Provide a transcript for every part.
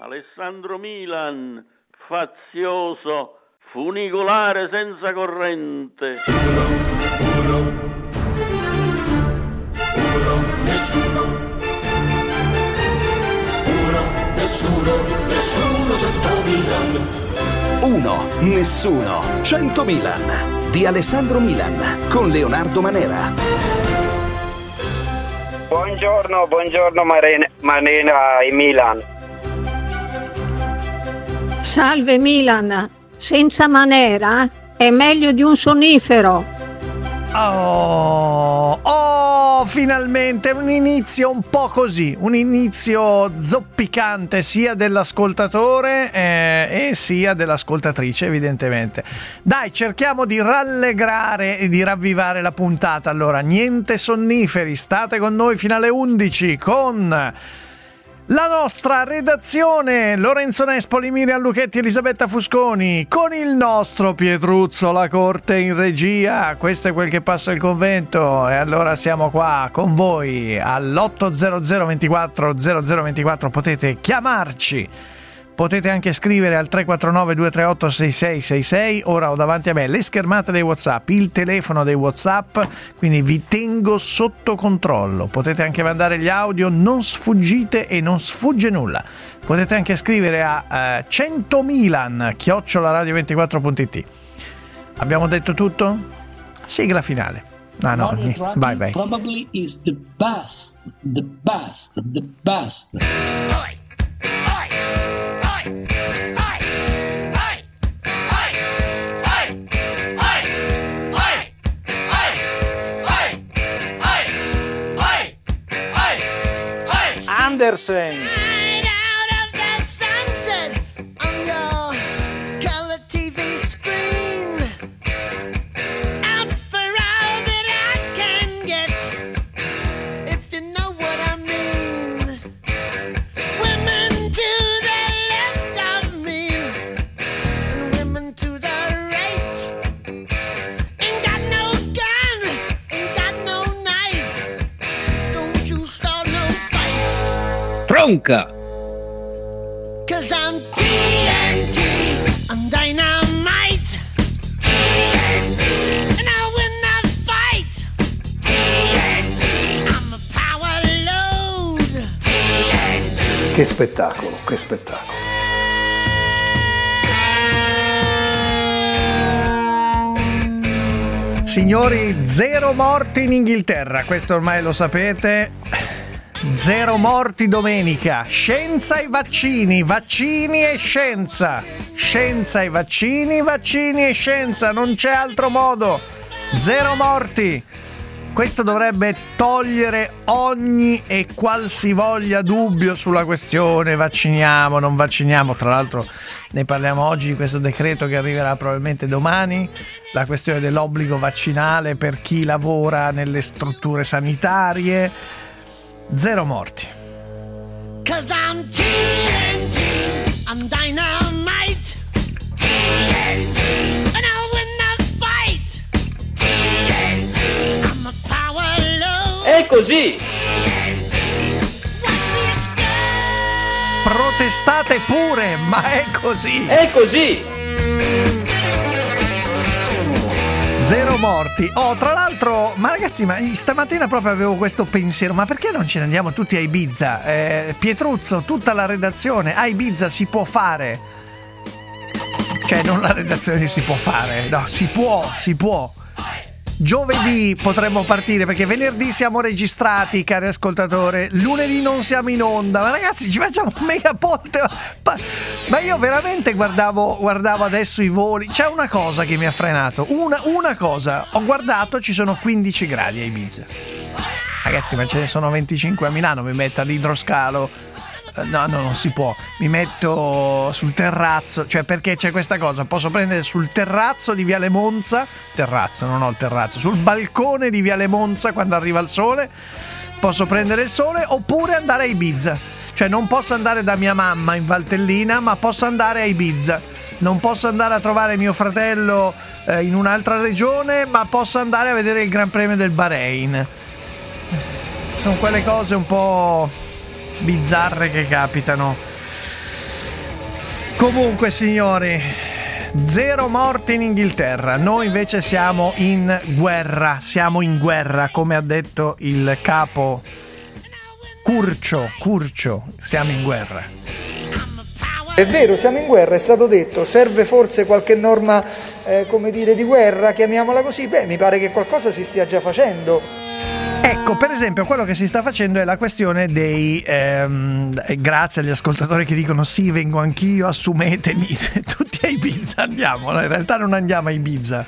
Alessandro Milan, fazioso, funicolare senza corrente. Uno, nessuno, 100 Milan. 1, nessuno, 100 Milan di Alessandro Milan con Leonardo Manera. Buongiorno Manera e Milan. Salve Milan, senza Manera è meglio di un sonnifero. Finalmente un inizio un po' così, un inizio zoppicante sia dell'ascoltatore e sia dell'ascoltatrice, evidentemente. Dai, cerchiamo di rallegrare e di ravvivare la puntata. Allora, niente sonniferi, state con noi fino alle 11 con la nostra redazione, Lorenzo Nespoli, Miriam Lucchetti, Elisabetta Fusconi, con il nostro Pietruzzo La Corte in regia. Questo è quel che passa il convento e allora siamo qua con voi all'800 24 0024. Potete chiamarci, potete anche scrivere al 349 238 6666. Ora ho davanti a me le schermate dei WhatsApp, il telefono dei WhatsApp, quindi vi tengo sotto controllo. Potete anche mandare gli audio, non sfuggite e non sfugge nulla. Potete anche scrivere a 100 Milan @radio24.it. Abbiamo detto tutto? Sigla finale. No, vai. Probably is the best. Andersen. Right out of the sunset on your color TV screen. Out for all that I can get, if you know what I mean. Women to the left of me, and women to the right. Ain't got no gun, ain't got no knife. Don't you start no fight. Tronca! 'Cause I'm TNT, I'm dynamite. TNT, and I'll win the fight. TNT, I'm a power load. TNT. Che spettacolo, che spettacolo. Signori, 0 morti in Inghilterra, questo ormai lo sapete. 0 morti domenica. Scienza e vaccini, vaccini e scienza. Scienza e vaccini, vaccini e scienza, non c'è altro modo. 0 morti. Questo dovrebbe togliere ogni e qualsivoglia dubbio sulla questione vacciniamo, non vacciniamo. Tra l'altro ne parliamo oggi di questo decreto che arriverà probabilmente domani, la questione dell'obbligo vaccinale per chi lavora nelle strutture sanitarie. 0 morti. 'Cause I'm TNT, I'm dynamite. TNT, and I'll win the fight. TNT, I'm a power load. È così! TNT, watch me explode. Protestate pure, ma è così. È così! 0 morti. Tra l'altro, ma ragazzi, ma stamattina proprio avevo questo pensiero, ma perché non ce ne andiamo tutti a Ibiza? Pietruzzo, tutta la redazione a Ibiza si può fare. Cioè, non la redazione si può fare, no, si può. Giovedì potremmo partire perché venerdì siamo registrati, cari ascoltatori. Lunedì non siamo in onda. Ma ragazzi, ci facciamo un mega ponte. Ma io veramente guardavo adesso i voli. C'è una cosa che mi ha frenato. Una cosa. Ho guardato, ci sono 15 gradi a Ibiza. Ragazzi, ma ce ne sono 25 a Milano. Mi metto all'idroscalo. No, non si può. Mi metto sul terrazzo, cioè perché c'è questa cosa, posso prendere sul terrazzo di Viale Monza, non ho il terrazzo, sul balcone di Viale Monza quando arriva il sole, posso prendere il sole, oppure andare a Ibiza. Cioè non posso andare da mia mamma in Valtellina, ma posso andare a Ibiza. Non posso andare a trovare mio fratello in un'altra regione, ma posso andare a vedere il Gran Premio del Bahrain. Sono quelle cose un po' bizzarre che capitano. Comunque signori, 0 morti in Inghilterra, noi invece siamo in guerra, come ha detto il capo Curcio, siamo in guerra. È vero, siamo in guerra, è stato detto, serve forse qualche norma, di guerra, chiamiamola così. Beh, mi pare che qualcosa si stia già facendo. Ecco, per esempio, quello che si sta facendo è la questione dei grazie agli ascoltatori che dicono sì, vengo anch'io, assumetemi, tutti a Ibiza andiamo. No, in realtà non andiamo a Ibiza,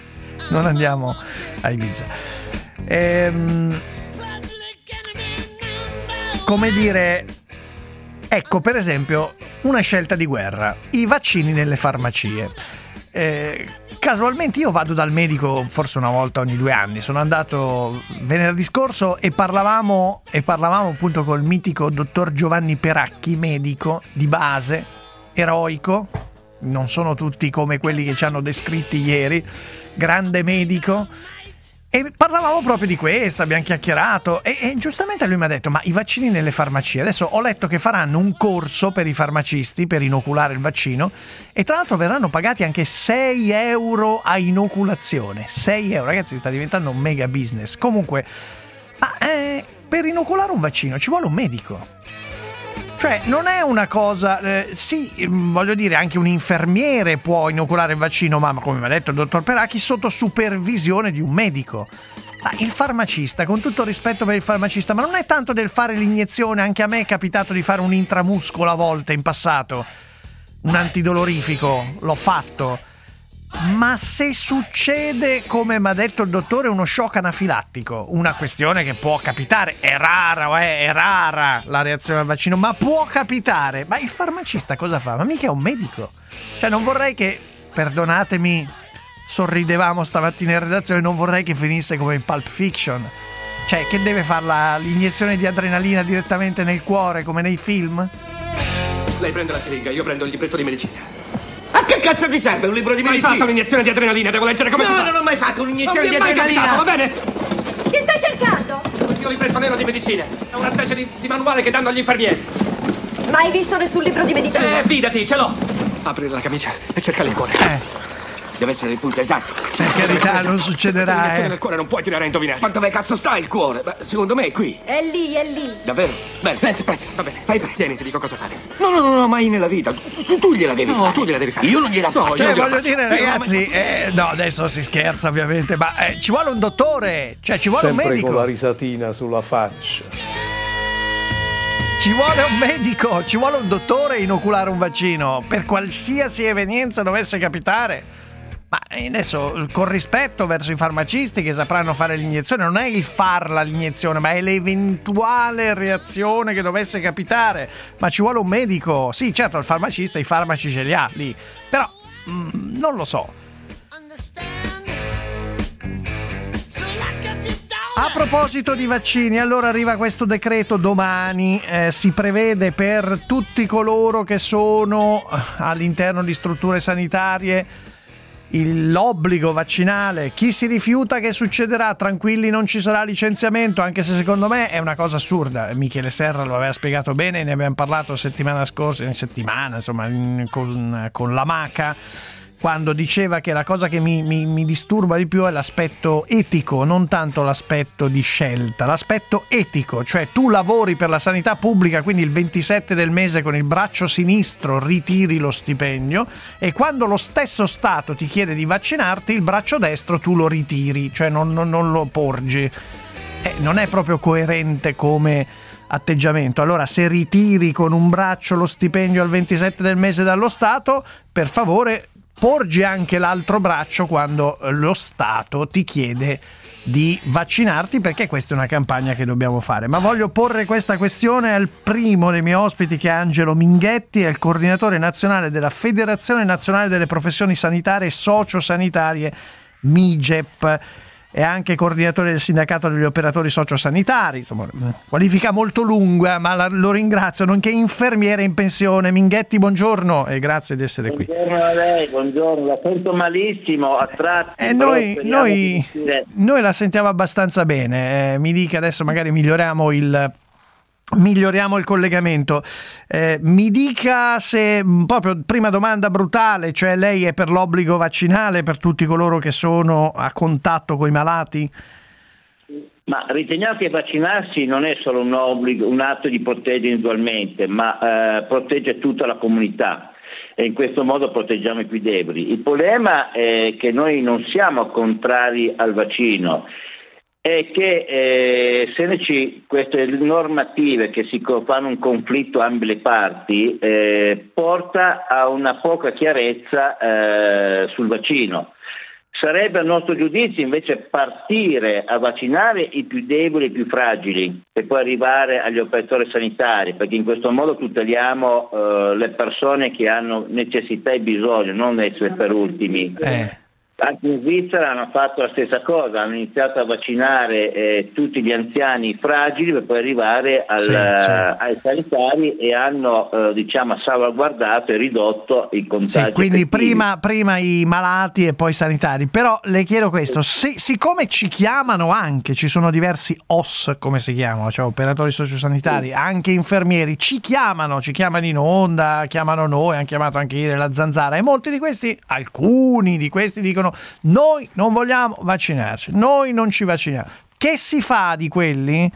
come dire, ecco, per esempio, una scelta di guerra, i vaccini nelle farmacie. Casualmente io vado dal medico forse una volta ogni 2 anni. Sono andato venerdì scorso e parlavamo appunto col mitico dottor Giovanni Peracchi, medico di base, eroico, non sono tutti come quelli che ci hanno descritti ieri, grande medico. E parlavamo proprio di questo, abbiamo chiacchierato e giustamente lui mi ha detto: ma i vaccini nelle farmacie, adesso ho letto che faranno un corso per i farmacisti per inoculare il vaccino e tra l'altro verranno pagati anche 6 euro a inoculazione. 6 euro, ragazzi, sta diventando un mega business. Comunque, per inoculare un vaccino ci vuole un medico. Cioè non è una cosa, voglio dire, anche un infermiere può inoculare il vaccino, ma come mi ha detto il dottor Peracchi, sotto supervisione di un medico. Ma il farmacista, con tutto il rispetto per il farmacista, ma non è tanto del fare l'iniezione, anche a me è capitato di fare un intramuscolo a volte in passato, un antidolorifico, l'ho fatto. Ma se succede, come mi ha detto il dottore, uno shock anafilattico, una questione che può capitare, è rara la reazione al vaccino, ma può capitare. Ma il farmacista cosa fa? Ma mica è un medico. Cioè non vorrei che, perdonatemi, sorridevamo stamattina in redazione, non vorrei che finisse come in Pulp Fiction. Cioè che deve fare l'iniezione di adrenalina direttamente nel cuore come nei film? Lei prende la siringa, io prendo il libretto di medicina. A che cazzo ti serve un libro di medicina? Hai fatto un'iniezione di adrenalina, devo leggere come si fa. No, non ho mai fatto un'iniezione di adrenalina. Capitato, va bene? Che stai cercando? Il libretto nero di medicina. È una specie di manuale che danno agli infermieri. Ma hai visto nessun libro di medicina? Fidati, ce l'ho. Apri la camicia e cerca il cuore. Deve essere il punto esatto. Per carità, non succederà. L'iniezione nel cuore non puoi tirare a indovinare. Ma dove cazzo sta il cuore? Beh, secondo me è qui. È lì. Davvero? Bene, pensa. Va bene, fai presto. Tieni, ti dico cosa fare. No, mai nella vita. Tu gliela devi fare. No, tu gliela devi fare. Io non gliela faccio. Cioè, voglio dire, ragazzi, no, adesso si scherza ovviamente, ma ci vuole un dottore, cioè ci vuole sempre un medico. Con la risatina sulla faccia. Ci vuole un medico, ci vuole un dottore a inoculare un vaccino, per qualsiasi evenienza dovesse capitare. Ma adesso, con rispetto verso i farmacisti che sapranno fare l'iniezione, non è il farla l'iniezione, ma è l'eventuale reazione che dovesse capitare. Ma ci vuole un medico. Sì, certo, il farmacista i farmaci ce li ha lì, però non lo so. A proposito di vaccini, allora arriva questo decreto domani, si prevede per tutti coloro che sono all'interno di strutture sanitarie l'obbligo vaccinale. Chi si rifiuta, che succederà? Tranquilli, non ci sarà licenziamento, anche se secondo me è una cosa assurda. Michele Serra lo aveva spiegato bene, ne abbiamo parlato settimana scorsa, con la Maca, quando diceva che la cosa che mi disturba di più è l'aspetto etico, non tanto l'aspetto di scelta, l'aspetto etico, cioè tu lavori per la sanità pubblica, quindi il 27 del mese con il braccio sinistro ritiri lo stipendio e quando lo stesso Stato ti chiede di vaccinarti il braccio destro tu lo ritiri, cioè non lo porgi. Non è proprio coerente come atteggiamento. Allora, se ritiri con un braccio lo stipendio al 27 del mese dallo Stato, per favore porgi anche l'altro braccio quando lo Stato ti chiede di vaccinarti, perché questa è una campagna che dobbiamo fare. Ma voglio porre questa questione al primo dei miei ospiti, che è Angelo Minghetti, è il coordinatore nazionale della Federazione Nazionale delle Professioni Sanitarie e Sociosanitarie, MIGEP. È anche coordinatore del sindacato degli operatori sociosanitari, insomma, qualifica molto lunga, ma lo ringrazio, nonché infermiere in pensione. Minghetti, buongiorno e grazie di essere qui. Buongiorno a lei, buongiorno, la sento malissimo, a tratti. Noi la sentiamo abbastanza bene, mi dica adesso, magari miglioriamo miglioriamo il collegamento. Mi dica se, proprio prima domanda brutale, cioè lei è per l'obbligo vaccinale per tutti coloro che sono a contatto con i malati? Ma riteniamo che vaccinarsi non è solo un obbligo, un atto di proteggere individualmente, ma protegge tutta la comunità e in questo modo proteggiamo i più deboli. Il problema è che noi non siamo contrari al vaccino, è che queste normative che si fanno un conflitto ambe le parti porta a una poca chiarezza sul vaccino. Sarebbe a nostro giudizio invece partire a vaccinare i più deboli e i più fragili e poi arrivare agli operatori sanitari, perché in questo modo tuteliamo le persone che hanno necessità e bisogno, non essere per ultimi. Anche in Svizzera hanno fatto la stessa cosa, hanno iniziato a vaccinare tutti gli anziani fragili per poi arrivare ai sanitari e hanno salvaguardato e ridotto i contagi. Sì, quindi prima i malati e poi i sanitari. Però le chiedo questo, siccome ci chiamano anche, ci sono diversi OS, come si chiamano, cioè operatori sociosanitari, anche infermieri, ci chiamano in onda, chiamano noi, hanno chiamato anche ieri la Zanzara, e molti di questi, alcuni di questi dicono: noi non vogliamo vaccinarci, noi non ci vacciniamo. Che si fa di quelli?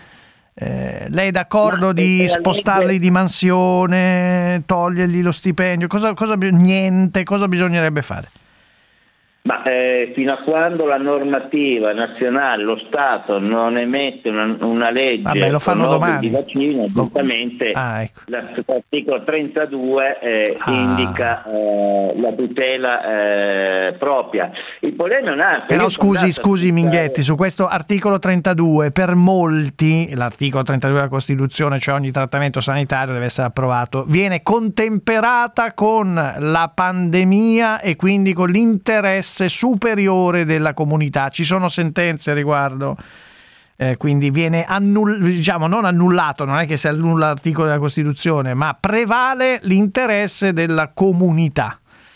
Lei è d'accordo di spostarli di mansione, togliergli lo stipendio? Niente, cosa bisognerebbe fare? Ma fino a quando la normativa nazionale, lo Stato non emette una legge lo fanno domani. Di vaccino, giustamente l'articolo 32 indica la tutela propria. Il problema è un altro. Però scusi Minghetti, su questo articolo 32, per molti l'articolo 32 della Costituzione, cioè ogni trattamento sanitario deve essere approvato, viene contemperata con la pandemia e quindi con l'interesse superiore della comunità. Ci sono sentenze a riguardo, quindi viene non annullato, non è che si annulla l'articolo della Costituzione, ma prevale l'interesse della comunità.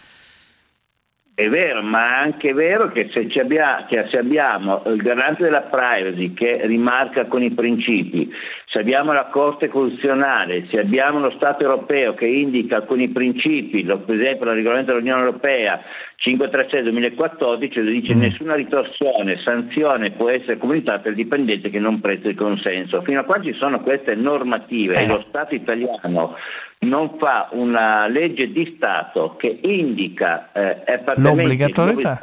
È vero, ma è anche vero che se abbiamo il garante della privacy che rimarca con i principi, se abbiamo la Corte Costituzionale, se abbiamo lo Stato europeo che indica alcuni principi, per esempio il regolamento dell'Unione Europea 536/2014, dove dice nessuna ritorsione, sanzione può essere comunicata al dipendente che non presta il consenso. Fino a quando ci sono queste normative e lo Stato italiano non fa una legge di Stato che indica l'obbligatorietà,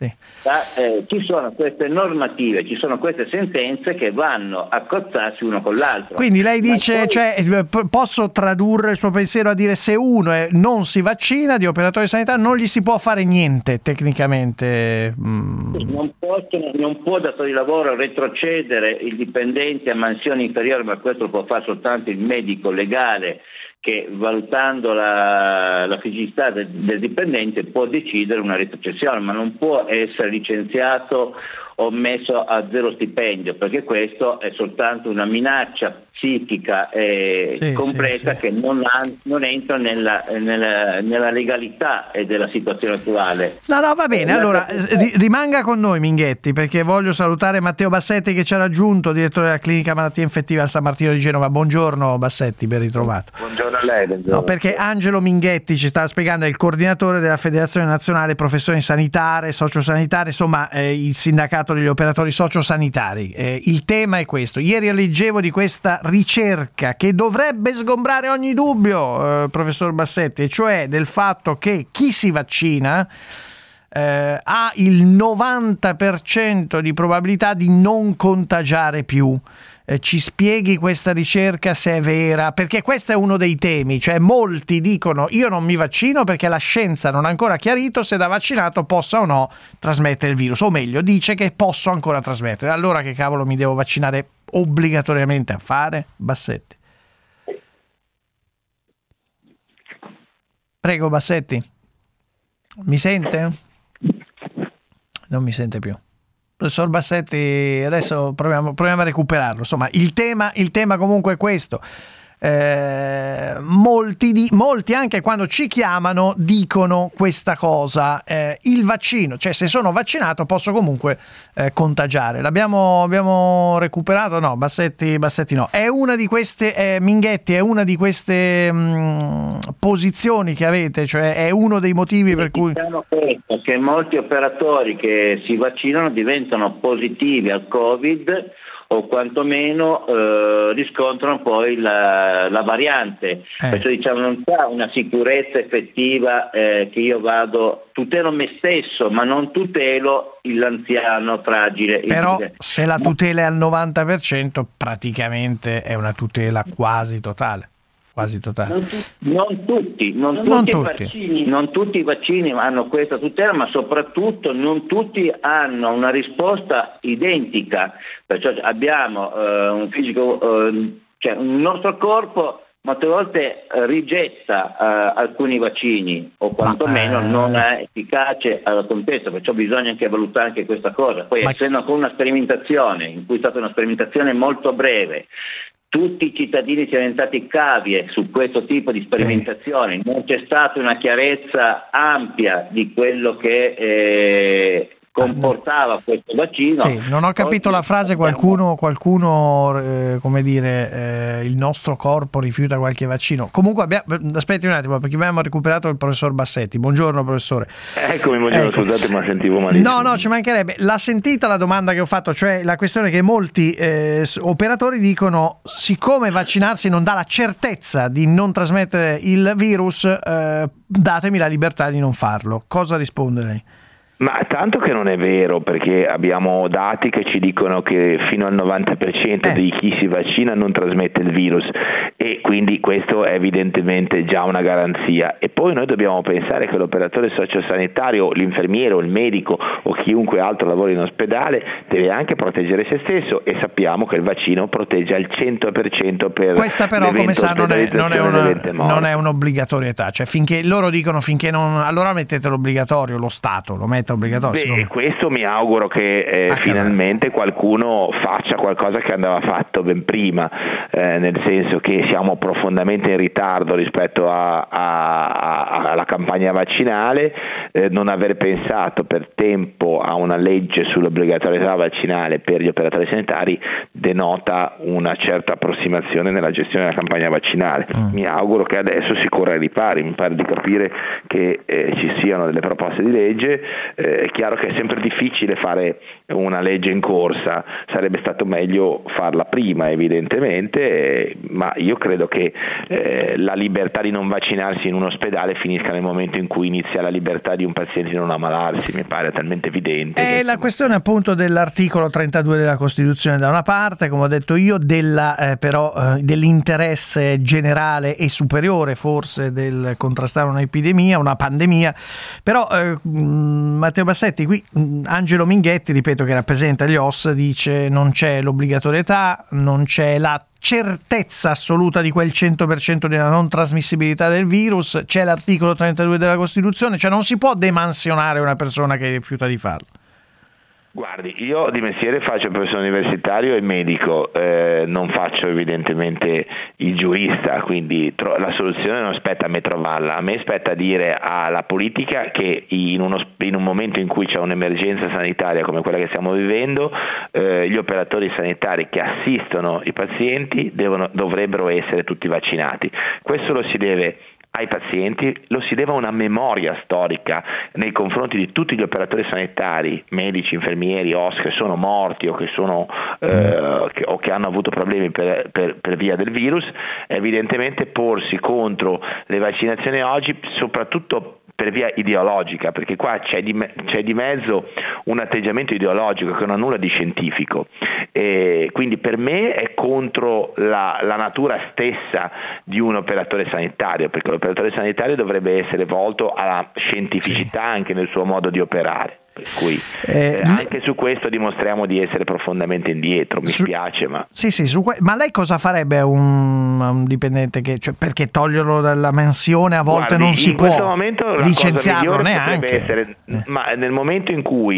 ci sono queste normative, ci sono queste sentenze che vanno a cozzarsi uno con l'altro. Quindi lei dice, posso tradurre il suo pensiero a dire: se uno non si vaccina, di operatore sanitario non gli si può fare niente tecnicamente. Non può datore di lavoro retrocedere il dipendente a mansioni inferiori, ma questo lo può fare soltanto il medico legale, che valutando la fisicità del dipendente può decidere una retrocessione, ma non può essere licenziato o messo a zero stipendio, perché questo è soltanto una minaccia psichica completa che non entra nella legalità e della situazione attuale. No, va bene, allora rimanga con noi Minghetti, perché voglio salutare Matteo Bassetti che ci ha raggiunto, direttore della clinica malattie infettive a San Martino di Genova. Buongiorno Bassetti, ben ritrovato. Buongiorno a lei. Buongiorno. No, perché Angelo Minghetti ci stava spiegando, è il coordinatore della Federazione Nazionale Professioni Sanitarie, Sociosanitarie, insomma il sindacato degli operatori sociosanitari. Il tema è questo. Ieri leggevo di questa ricerca che dovrebbe sgombrare ogni dubbio, professor Bassetti, e cioè del fatto che chi si vaccina ha il 90% di probabilità di non contagiare più. Ci spieghi questa ricerca se è vera, perché questo è uno dei temi, cioè molti dicono io non mi vaccino perché la scienza non ha ancora chiarito se da vaccinato possa o no trasmettere il virus, o meglio dice che posso ancora trasmettere. Allora che cavolo mi devo vaccinare obbligatoriamente a fare? Bassetti, prego. Bassetti, mi sente? Non mi sente più. Professor Bassetti, adesso proviamo a recuperarlo. Insomma, il tema comunque è questo. molti anche quando ci chiamano dicono questa cosa, il vaccino, cioè se sono vaccinato posso comunque contagiare. Abbiamo recuperato? No, Bassetti no. È una di queste, Minghetti, è una di queste posizioni che avete, cioè è uno dei motivi per cui... Diciamo questo, che molti operatori che si vaccinano diventano positivi al Covid o quantomeno riscontrano poi la variante, perciò diciamo non c'è una sicurezza effettiva che io tutelo me stesso ma non tutelo l'anziano fragile. Però se la tutela è al 90% praticamente è una tutela quasi totale. Non tutti i vaccini hanno questa tutela, ma soprattutto non tutti hanno una risposta identica, perciò abbiamo un fisico, cioè il nostro corpo molte volte rigetta alcuni vaccini o quantomeno non è efficace alla contesto, perciò bisogna anche valutare anche questa cosa. Poi essendo ancora una sperimentazione, in cui è stata una sperimentazione molto breve, tutti i cittadini siano diventati cavie su questo tipo di sperimentazione, non c'è stata una chiarezza ampia di quello che comportava questo vaccino. Sì, non ho capito la frase, qualcuno come dire, il nostro corpo rifiuta qualche vaccino. Comunque aspetti un attimo, perché abbiamo recuperato il professor Bassetti. Buongiorno professore. Eccomi, buongiorno, scusate ma sentivo malissimo. No, ci mancherebbe. L'ha sentita la domanda che ho fatto, cioè la questione che molti operatori dicono: siccome vaccinarsi non dà la certezza di non trasmettere il virus, datemi la libertà di non farlo. Cosa risponde lei? Ma tanto che non è vero, perché abbiamo dati che ci dicono che fino al 90% di chi si vaccina non trasmette il virus, e quindi questo è evidentemente già una garanzia. E poi noi dobbiamo pensare che l'operatore sociosanitario, l'infermiere o il medico o chiunque altro lavori in ospedale deve anche proteggere se stesso, e sappiamo che il vaccino protegge al 100% per questa però, come sa, non è un'obbligatorietà, cioè finché loro dicono finché non, allora mettete l'obbligatorio, lo Stato lo mette obbligatorio. Beh, questo mi auguro che finalmente qualcuno faccia qualcosa che andava fatto ben prima, nel senso che siamo profondamente in ritardo rispetto alla campagna vaccinale. Non aver pensato per tempo a una legge sull'obbligatorietà vaccinale per gli operatori sanitari denota una certa approssimazione nella gestione della campagna vaccinale. Mi auguro che adesso si corra ai ripari, mi pare di capire che ci siano delle proposte di legge. È chiaro che è sempre difficile fare una legge in corsa, sarebbe stato meglio farla prima evidentemente, ma io credo che la libertà di non vaccinarsi in un ospedale finisca nel momento in cui inizia la libertà di un paziente di non ammalarsi, mi pare talmente evidente. È la questione appunto dell'articolo 32 della Costituzione da una parte, come ho detto io, dell'interesse generale e superiore forse del contrastare un'epidemia, una pandemia, però Matteo Bassetti, qui Angelo Minghetti, ripeto, che rappresenta gli OSS, dice non c'è l'obbligatorietà, non c'è la certezza assoluta di quel 100% della non trasmissibilità del virus, c'è l'articolo 32 della Costituzione, cioè non si può demansionare una persona che rifiuta di farlo. Guardi, io di mestiere faccio il professore universitario e medico, non faccio evidentemente il giurista, quindi la soluzione non spetta a me trovarla, a me spetta dire alla politica che in un momento in cui c'è un'emergenza sanitaria come quella che stiamo vivendo, gli operatori sanitari che assistono i pazienti dovrebbero essere tutti vaccinati. Questo lo si deve ai pazienti, lo si deve a una memoria storica nei confronti di tutti gli operatori sanitari, medici, infermieri, OSS che sono morti o che sono o che hanno avuto problemi per via del virus. Evidentemente porsi contro le vaccinazioni oggi, soprattutto per via ideologica, perché qua c'è di mezzo un atteggiamento ideologico che non ha nulla di scientifico, e quindi per me è contro la natura stessa di un operatore sanitario, perché l'operatore sanitario dovrebbe essere volto alla scientificità anche nel suo modo di operare. Per cui anche su questo dimostriamo di essere profondamente indietro, mi spiace, ma ma lei cosa farebbe a un dipendente perché toglierlo dalla mansione a volte non si può, in questo momento licenziarlo neanche ma nel momento in cui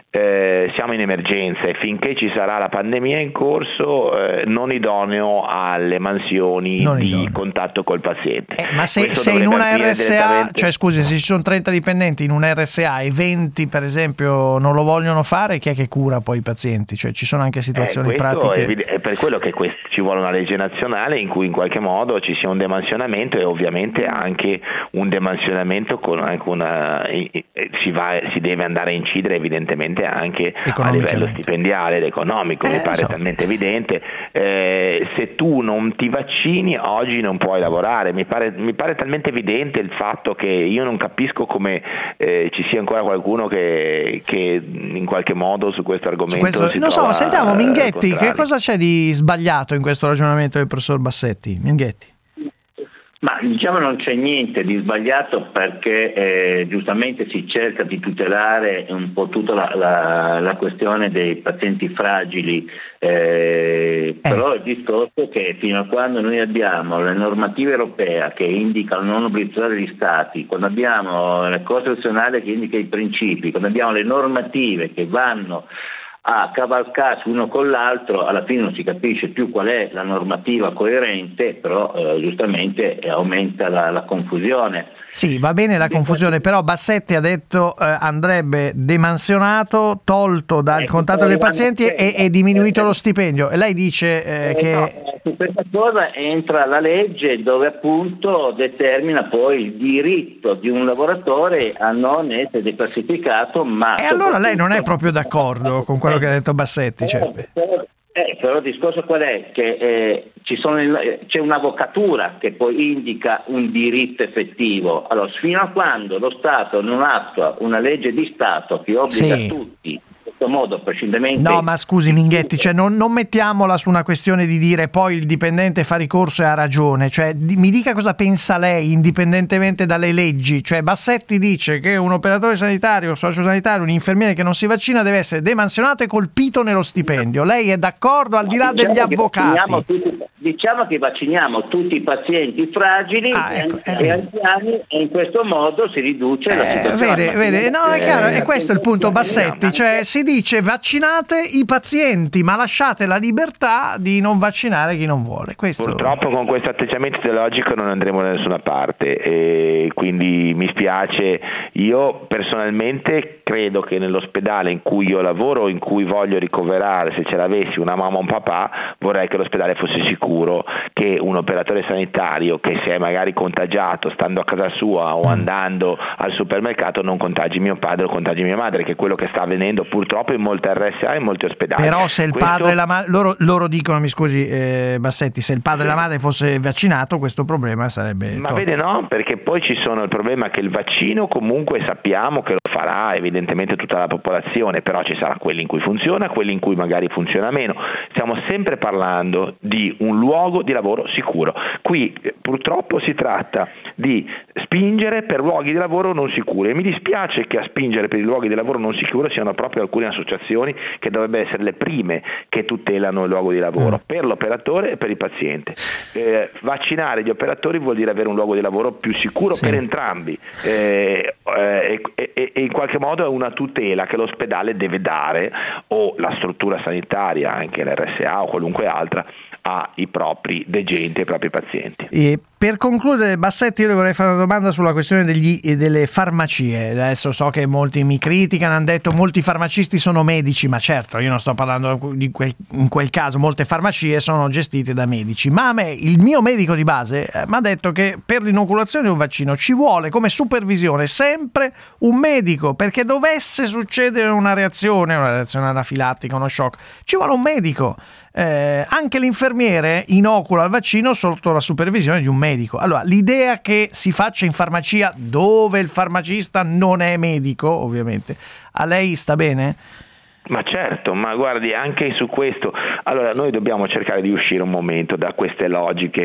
siamo in emergenza e finché ci sarà la pandemia in corso non idoneo alle mansioni di contatto col paziente. Ma se in una RSA, cioè scusi, se ci sono 30 dipendenti in una RSA e 20 per esempio non lo vogliono fare, chi è che cura poi i pazienti? Cioè ci sono anche situazioni pratiche. È per quello che ci vuole una legge nazionale in cui in qualche modo ci sia un demansionamento e ovviamente anche un demansionamento con anche si deve andare a incidere evidentemente anche a livello stipendiale ed economico, mi pare talmente evidente. Se tu non ti vaccini oggi non puoi lavorare, mi pare talmente evidente il fatto che io non capisco come ci sia ancora qualcuno che in qualche modo su questo argomento sentiamo Minghetti, che cosa c'è di sbagliato in questo ragionamento del professor Bassetti? Minghetti. Ma diciamo non c'è niente di sbagliato perché giustamente si cerca di tutelare un po' tutta la questione dei pazienti fragili, però il discorso è che fino a quando noi abbiamo la normativa europea che indica la non obbligatorietà degli Stati, quando abbiamo la Corte Costituzionale che indica i principi, quando abbiamo le normative che vanno a cavalcarsi uno con l'altro, alla fine non si capisce più qual è la normativa coerente, però giustamente aumenta la confusione. Sì, va bene la confusione, però Bassetti ha detto andrebbe demansionato, tolto dal contatto dei pazienti e diminuito lo stipendio. E lei dice che... No, su questa cosa entra la legge dove appunto determina poi il diritto di un lavoratore a non essere declassificato, ma... E allora lei non è proprio d'accordo con quello che ha detto Bassetti? Però il discorso qual è? Che c'è un'avvocatura che poi indica un diritto effettivo. Allora, fino a quando lo Stato non attua una legge di Stato che obbliga tutti in questo modo, prescindentemente... No, ma scusi Minghetti, cioè non mettiamola su una questione di dire poi il dipendente fa ricorso e ha ragione, cioè mi dica cosa pensa lei indipendentemente dalle leggi. Cioè Bassetti dice che un operatore sanitario, sociosanitario, un infermiere che non si vaccina deve essere demansionato e colpito nello stipendio. Lei è d'accordo al di là degli avvocati? Diciamo che vacciniamo tutti i pazienti fragili e anziani e in questo modo si riduce la situazione. Vede, no, è chiaro, e questo è il punto Bassetti, cioè si dice vaccinate i pazienti ma lasciate la libertà di non vaccinare chi non vuole. Purtroppo con questo atteggiamento ideologico non andremo da nessuna parte e quindi mi spiace. Io personalmente credo che nell'ospedale in cui io lavoro, in cui voglio ricoverare, se ce l'avessi una mamma o un papà, vorrei che l'ospedale fosse sicuro che un operatore sanitario che si è magari contagiato stando a casa sua o andando al supermercato non contagi mio padre o contagi mia madre, che è quello che sta avvenendo purtroppo in molte RSA e in molti ospedali. Però se il padre e la madre, loro dicono, mi scusi Bassetti, se il padre e la madre fosse vaccinato questo problema sarebbe ma vede no, perché poi ci sono il problema che il vaccino comunque sappiamo che lo farà evidentemente tutta la popolazione, però ci sarà quelli in cui funziona, quelli in cui magari funziona meno. Stiamo sempre parlando di un luogo di lavoro sicuro. Qui purtroppo si tratta di spingere per luoghi di lavoro non sicuri e mi dispiace che a spingere per i luoghi di lavoro non sicuri siano proprio alcune associazioni che dovrebbero essere le prime che tutelano il luogo di lavoro per l'operatore e per il paziente. Vaccinare gli operatori vuol dire avere un luogo di lavoro più sicuro per entrambi e in qualche modo è una tutela che l'ospedale deve dare o la struttura sanitaria, anche l'RSA o qualunque altra, ai propri degenti, ai propri pazienti. E per concludere Bassetti, io le vorrei fare una domanda sulla questione delle farmacie. Adesso so che molti mi criticano, hanno detto molti farmacisti sono medici, ma certo io non sto parlando in quel caso, molte farmacie sono gestite da medici, ma a me il mio medico di base mi ha detto che per l'inoculazione di un vaccino ci vuole come supervisione sempre un medico, perché dovesse succedere una reazione anafilattica, uno shock, ci vuole un medico. Anche l'infermiere inocula il vaccino sotto la supervisione di un medico. Allora, l'idea che si faccia in farmacia dove il farmacista non è medico, ovviamente, a lei sta bene? Ma certo, ma guardi, anche su questo, allora noi dobbiamo cercare di uscire un momento da queste logiche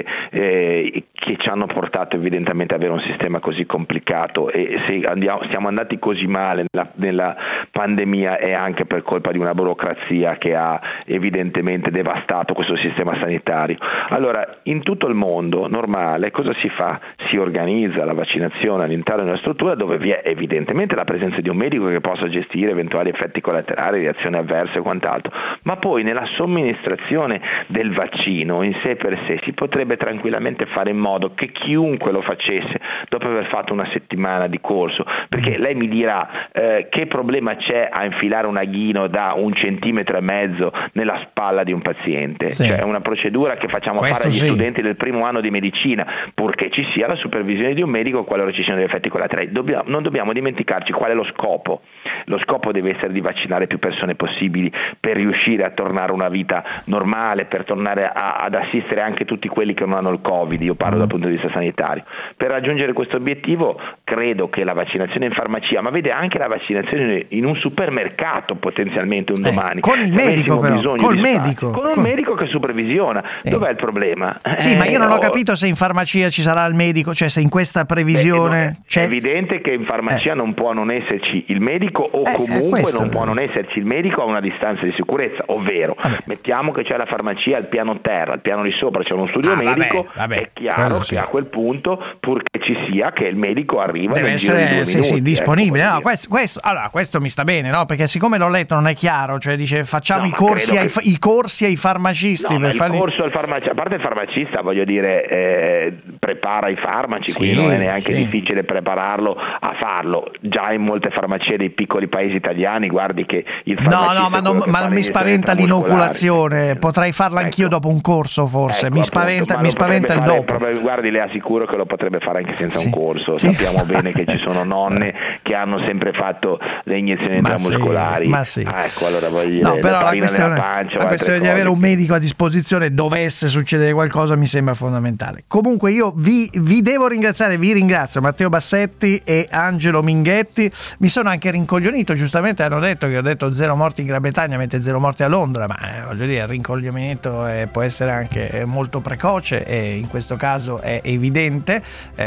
che ci hanno portato evidentemente ad avere un sistema così complicato, e se siamo andati così male nella pandemia è anche per colpa di una burocrazia che ha evidentemente devastato questo sistema sanitario. Allora, in tutto il mondo normale cosa si fa? Si organizza la vaccinazione all'interno di una struttura dove vi è evidentemente la presenza di un medico che possa gestire eventuali effetti collaterali, reazioni avverse e quant'altro, ma poi nella somministrazione del vaccino in sé per sé si potrebbe tranquillamente fare in modo che chiunque lo facesse dopo aver fatto una settimana di corso, perché lei mi dirà che problema c'è a infilare un aghino da 1,5 centimetri nella spalla di un paziente? Sì. Cioè è una procedura che facciamo Questo fare agli sì. studenti del primo anno di medicina, purché ci sia la supervisione di un medico qualora ci siano degli effetti collaterali. Non dobbiamo dimenticarci qual è lo scopo. Lo scopo deve essere di vaccinare più persone possibili per riuscire a tornare a una vita normale, per tornare ad assistere anche tutti quelli che non hanno il Covid, io parlo dal punto di vista sanitario. Per raggiungere questo obiettivo credo che la vaccinazione in farmacia, ma vede anche la vaccinazione in un supermercato potenzialmente un domani, con il medico però, col medico. Con un medico che supervisiona. Dov'è il problema? Sì, ma io non ho capito se in farmacia ci sarà il medico, cioè se in questa previsione è evidente che in farmacia non può non esserci il medico, o comunque non può non esserci il medico a una distanza di sicurezza, ovvero mettiamo che c'è la farmacia al piano terra, al piano di sopra c'è uno studio medico, è chiaro che a quel punto, purché ci sia, che il medico arriva deve nel giro di 2 essere minuti, disponibile. ecco, Allora, questo mi sta bene, no? Perché siccome l'ho letto non è chiaro, cioè dice facciamo i corsi ai farmacisti per farli... corso al farmacista, a parte il farmacista, voglio dire, prepara i farmaci, quindi non è neanche difficile prepararlo a farlo. Già in molte farmacie dei piccoli paesi italiani, guardi che il farmacista ma non mi spaventa l'inoculazione, potrei farla anch'io dopo un corso forse, mi spaventa il dopo. Guardi, le assicuro che lo potrebbe fare anche senza un corso. Sappiamo bene che ci sono nonne che hanno sempre fatto le iniezioni intramuscolari. Ecco, allora voglio dire, però la questione di avere un medico a disposizione dovesse succedere qualcosa mi sembra fondamentale. Comunque io vi devo ringraziare, vi ringrazio Matteo Bassetti e Angelo Minghetti. Mi sono anche rincoglionito, giustamente hanno detto che ho detto 0 morti in Gran Bretagna mentre 0 morti a Londra, ma voglio dire, il rincoglionimento può essere anche molto precoce e in questo caso è evidente.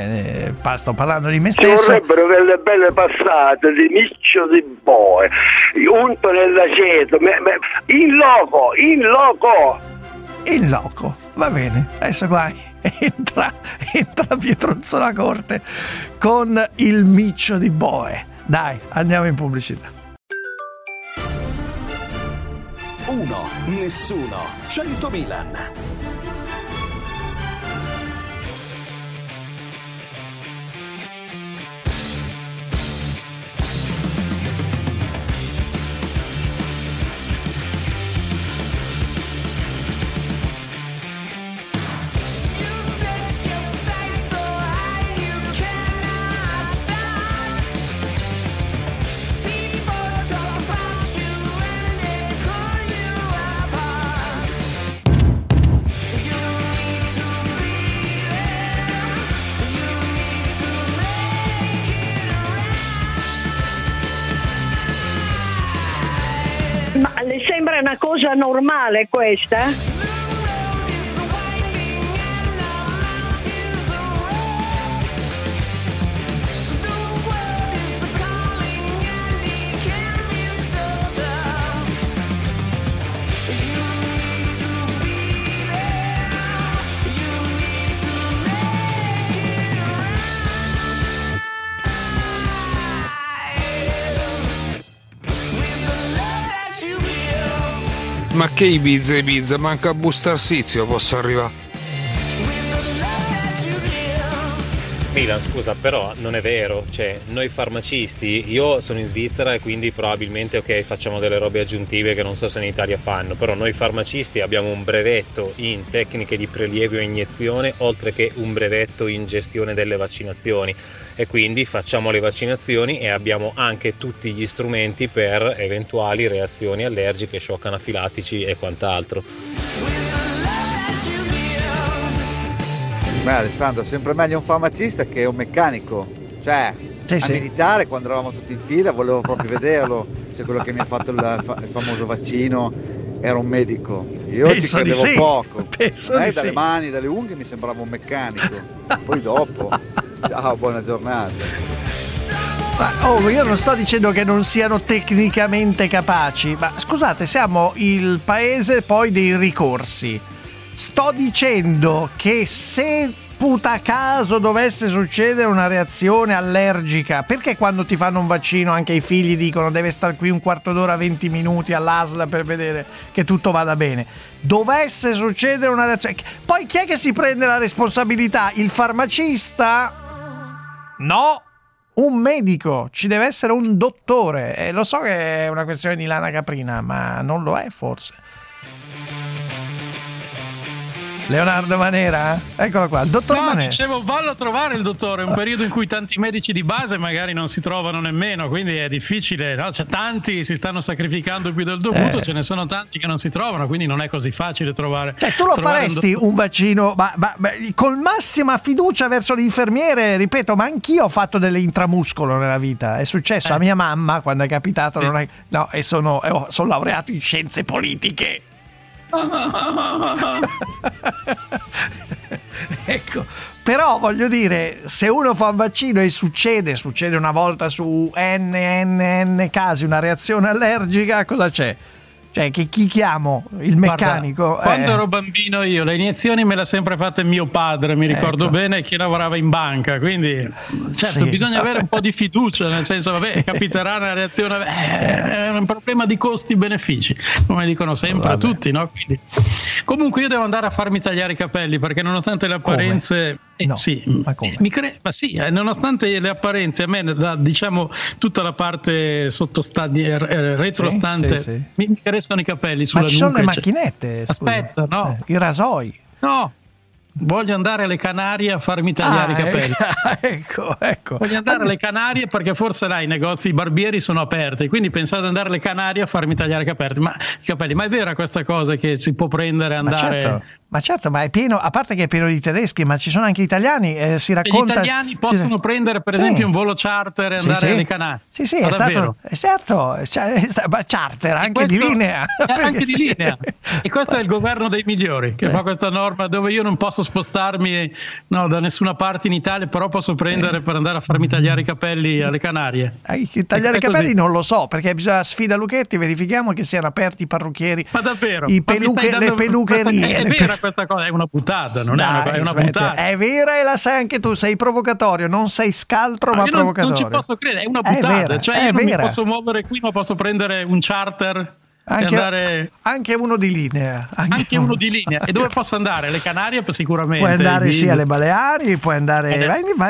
Sto parlando di me stesso. Ci vorrebbero delle belle passate di Miccio di Boe, unto nell'aceto, in loco. Va bene, adesso qua entra Pietruzzo la corte con il Miccio di Boe. Dai, andiamo in pubblicità. 1, nessuno, 100 Milan. Ma le sembra una cosa normale questa? Ma che Ibiza, manca a busta arsizio, posso arrivare. Milan, scusa, però non è vero, cioè noi farmacisti, io sono in Svizzera e quindi probabilmente facciamo delle robe aggiuntive che non so se in Italia fanno, però noi farmacisti abbiamo un brevetto in tecniche di prelievo e iniezione, oltre che un brevetto in gestione delle vaccinazioni, e quindi facciamo le vaccinazioni e abbiamo anche tutti gli strumenti per eventuali reazioni allergiche, shock anafilattici e quant'altro. Beh, Alessandro, sempre meglio un farmacista che un meccanico. Cioè, Sì. militare, quando eravamo tutti in fila, volevo proprio vederlo, se quello che mi ha fatto il famoso vaccino era un medico. Io ci credevo poco. Dalle mani, dalle unghie mi sembrava un meccanico. Poi dopo, ciao, buona giornata. Io non sto dicendo che non siano tecnicamente capaci, ma scusate, siamo il paese poi dei ricorsi. Sto dicendo che se puta caso dovesse succedere una reazione allergica, perché quando ti fanno un vaccino anche i figli dicono deve stare qui un quarto d'ora, 20 minuti all'ASL per vedere che tutto vada bene? Dovesse succedere una reazione, poi chi è che si prende la responsabilità? Il farmacista? No, un medico, ci deve essere un dottore. Lo so che è una questione di lana caprina, ma non lo è forse. Leonardo Manera? Eccolo qua, il dottor Manera. Dicevo, vallo a trovare il dottore, è un periodo in cui tanti medici di base magari non si trovano nemmeno, quindi è difficile, no? Cioè, tanti si stanno sacrificando più del dovuto, ce ne sono tanti che non si trovano, quindi non è così facile trovare. Cioè, tu lo faresti un vaccino, ma con massima fiducia verso l'infermiere, ripeto, ma anch'io ho fatto delle intramuscolo nella vita, è successo a mia mamma quando è capitato, e sono laureato in scienze politiche. Ecco, però voglio dire, se uno fa un vaccino e succede una volta su n casi una reazione allergica, cosa c'è? Cioè, che chi chiamo? Il meccanico? Guarda, quando ero bambino io le iniezioni me l'ha sempre fatte mio padre, mi ricordo bene, che lavorava in banca, quindi certo bisogna avere un po' di fiducia, nel senso, vabbè, capiterà una reazione, è un problema di costi-benefici, come dicono sempre tutti, no? Quindi, comunque io devo andare a farmi tagliare i capelli, perché nonostante le apparenze nonostante le apparenze, a me diciamo tutta la parte sottostante, retrostante, mi crescono i capelli sulla nuca. Ma ci sono le macchinette, aspetta, no, i rasoi. No, voglio andare alle Canarie a farmi tagliare i capelli. Ecco. Voglio andare alle Canarie perché forse là i negozi, i barbieri sono aperti, quindi pensavo di andare alle Canarie a farmi tagliare i capelli. Ma è vera questa cosa che si può prendere e andare? Ma certo, ma è pieno, a parte che è pieno di tedeschi, ma ci sono anche italiani, si racconta. Gli italiani possono prendere per esempio un volo charter e andare alle Canarie. Sì, è stato, certo, charter, anche di linea. Anche di linea. E questo è il governo dei migliori, che fa questa norma dove io non posso spostarmi da nessuna parte in Italia, però posso prendere per andare a farmi tagliare i capelli alle Canarie. Tagliare i capelli non lo so, perché bisogna sfida Lucchetti, verifichiamo che siano aperti i parrucchieri. Ma davvero? Le pelucherie. È vera questa cosa, è una puttata, non è una puttata. È vera e la sai anche tu, sei provocatorio, non sei scaltro ma provocatorio. Non ci posso credere, è una puttata, io non mi posso muovere qui, ma posso prendere un charter anche uno di linea. Anche uno di linea. E dove posso andare? Le Canarie sicuramente. Puoi andare alle Baleari, puoi andare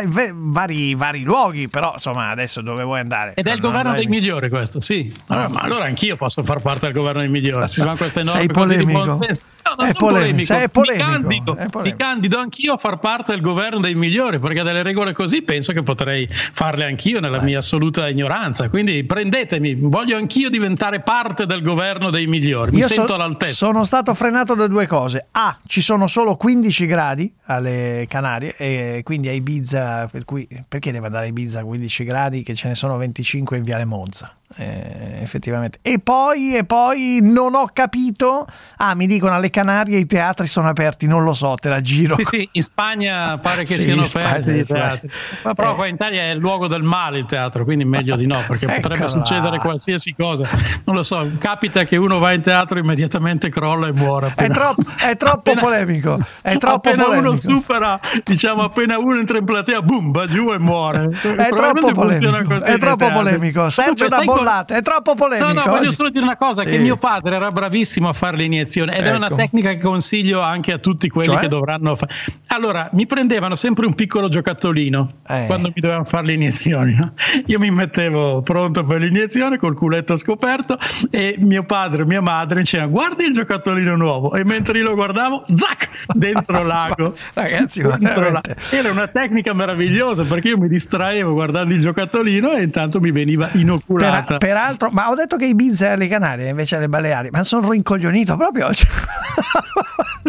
vari luoghi, però insomma adesso dove vuoi andare? Ed è il governo dei migliori questo, sì. Ma allora anch'io posso far parte del governo dei migliori. Si fa queste norme così di buon senso. No, non sono polemico. Mi candido anch'io a far parte del governo dei migliori, perché delle regole così penso che potrei farle anch'io nella mia assoluta ignoranza. Quindi prendetemi, voglio anch'io diventare parte del governo dei migliori. Mi sento all'altezza. Sono stato frenato da due cose. Ci sono solo 15 gradi alle Canarie e quindi a Ibiza, per cui perché deve andare a Ibiza a 15 gradi che ce ne sono 25 in Viale Monza? Effettivamente. E poi non ho capito. Mi dicono alle Canarie i teatri sono aperti, non lo so, te la giro. Sì, in Spagna pare che siano aperti i teatri. Ma però qua in Italia è il luogo del male il teatro, quindi meglio di no, perché potrebbe succedere qualsiasi cosa. Non lo so, capita che uno va in teatro e immediatamente crolla e muore. È troppo polemico. Appena uno supera, appena uno entra in platea, boom, va giù e muore. È troppo polemico. Sergio da Bollate, è troppo polemico. No, voglio solo dire una cosa, che mio padre era bravissimo a fare l'iniezione ed è una tecnica che consiglio anche a tutti quelli che dovranno fare. Allora, mi prendevano sempre un piccolo giocattolino quando mi dovevano fare le iniezioni, no? Io mi mettevo pronto per l'iniezione col culetto scoperto e mio padre e mia madre dicevano guardi il giocattolino nuovo, e mentre io lo guardavo, zac, dentro l'ago. Ragazzi, era una tecnica meravigliosa, perché io mi distraevo guardando il giocattolino e intanto mi veniva inoculata. Peraltro, ma ho detto che Ibiza e le Canarie invece alle Baleari, ma sono rincoglionito proprio.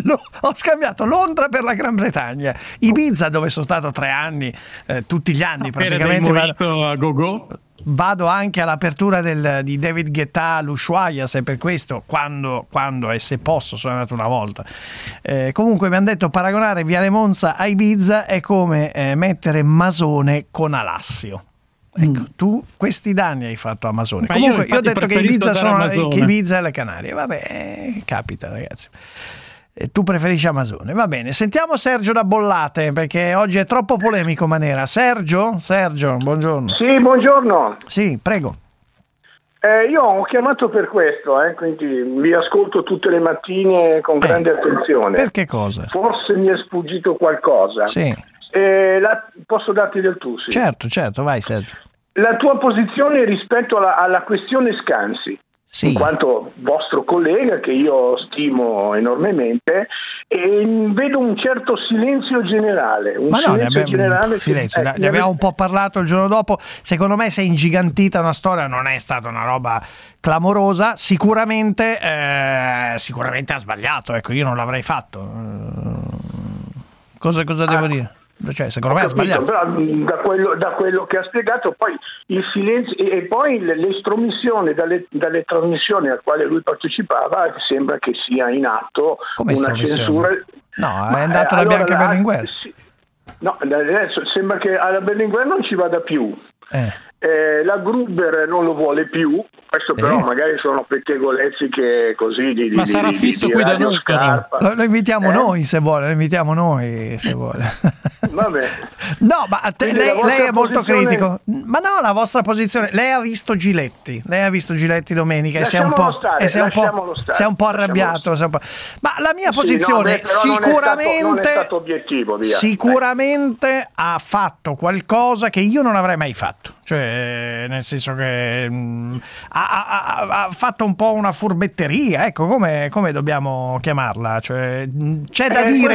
Ho scambiato Londra per la Gran Bretagna. Ibiza, dove sono stato 3 anni, tutti gli anni praticamente. A go-go? Vado anche all'apertura di David Guetta all'Ushuaia, se per questo, quando e se posso, sono andato una volta. Comunque mi hanno detto paragonare Viale Monza a Ibiza è come mettere Masone con Alassio. Ecco, tu questi danni hai fatto a Masone. Ma comunque io ho detto che Ibiza e le Canarie. Vabbè, capita, ragazzi. Tu preferisci Amazone, va bene. Sentiamo Sergio da Bollate, perché oggi è troppo polemico Manera. Sergio, buongiorno. Sì, buongiorno. Sì, prego. Io ho chiamato per questo, quindi vi ascolto tutte le mattine con grande attenzione. Per che cosa? Forse mi è sfuggito qualcosa. Sì. Posso darti del tu? Sì. Certo, vai Sergio. La tua posizione rispetto alla questione Scansi. Sì. In quanto vostro collega, che io stimo enormemente, e vedo un certo silenzio generale. Ne abbiamo un po' parlato il giorno dopo. Secondo me si è ingigantita una storia, non è stata una roba clamorosa. Sicuramente ha sbagliato. Ecco, io non l'avrei fatto. Cosa devo dire? Cioè, secondo me ha sbagliato. Però, da quello che ha spiegato, poi il silenzio e poi l'estromissione dalle trasmissioni al quale lui partecipava, sembra che sia in atto una censura. No, è andato da Bianca Berlinguer. Sì. No, adesso sembra che alla Berlinguer non ci vada più. La Gruber non lo vuole più. Questo però magari sono pettegolezzi che così ma sarà fisso qui da noi. Lo invitiamo noi se vuole, Vabbè. No, ma lei è molto critico. Ma no, la vostra posizione. Lei ha visto Giletti domenica e si è un po' arrabbiato. Ma la mia posizione sicuramente non è stato obiettivo, sicuramente ha fatto qualcosa che io non avrei mai fatto. Cioè, nel senso che ha fatto un po' una furbetteria, ecco, come dobbiamo chiamarla? Cioè, c'è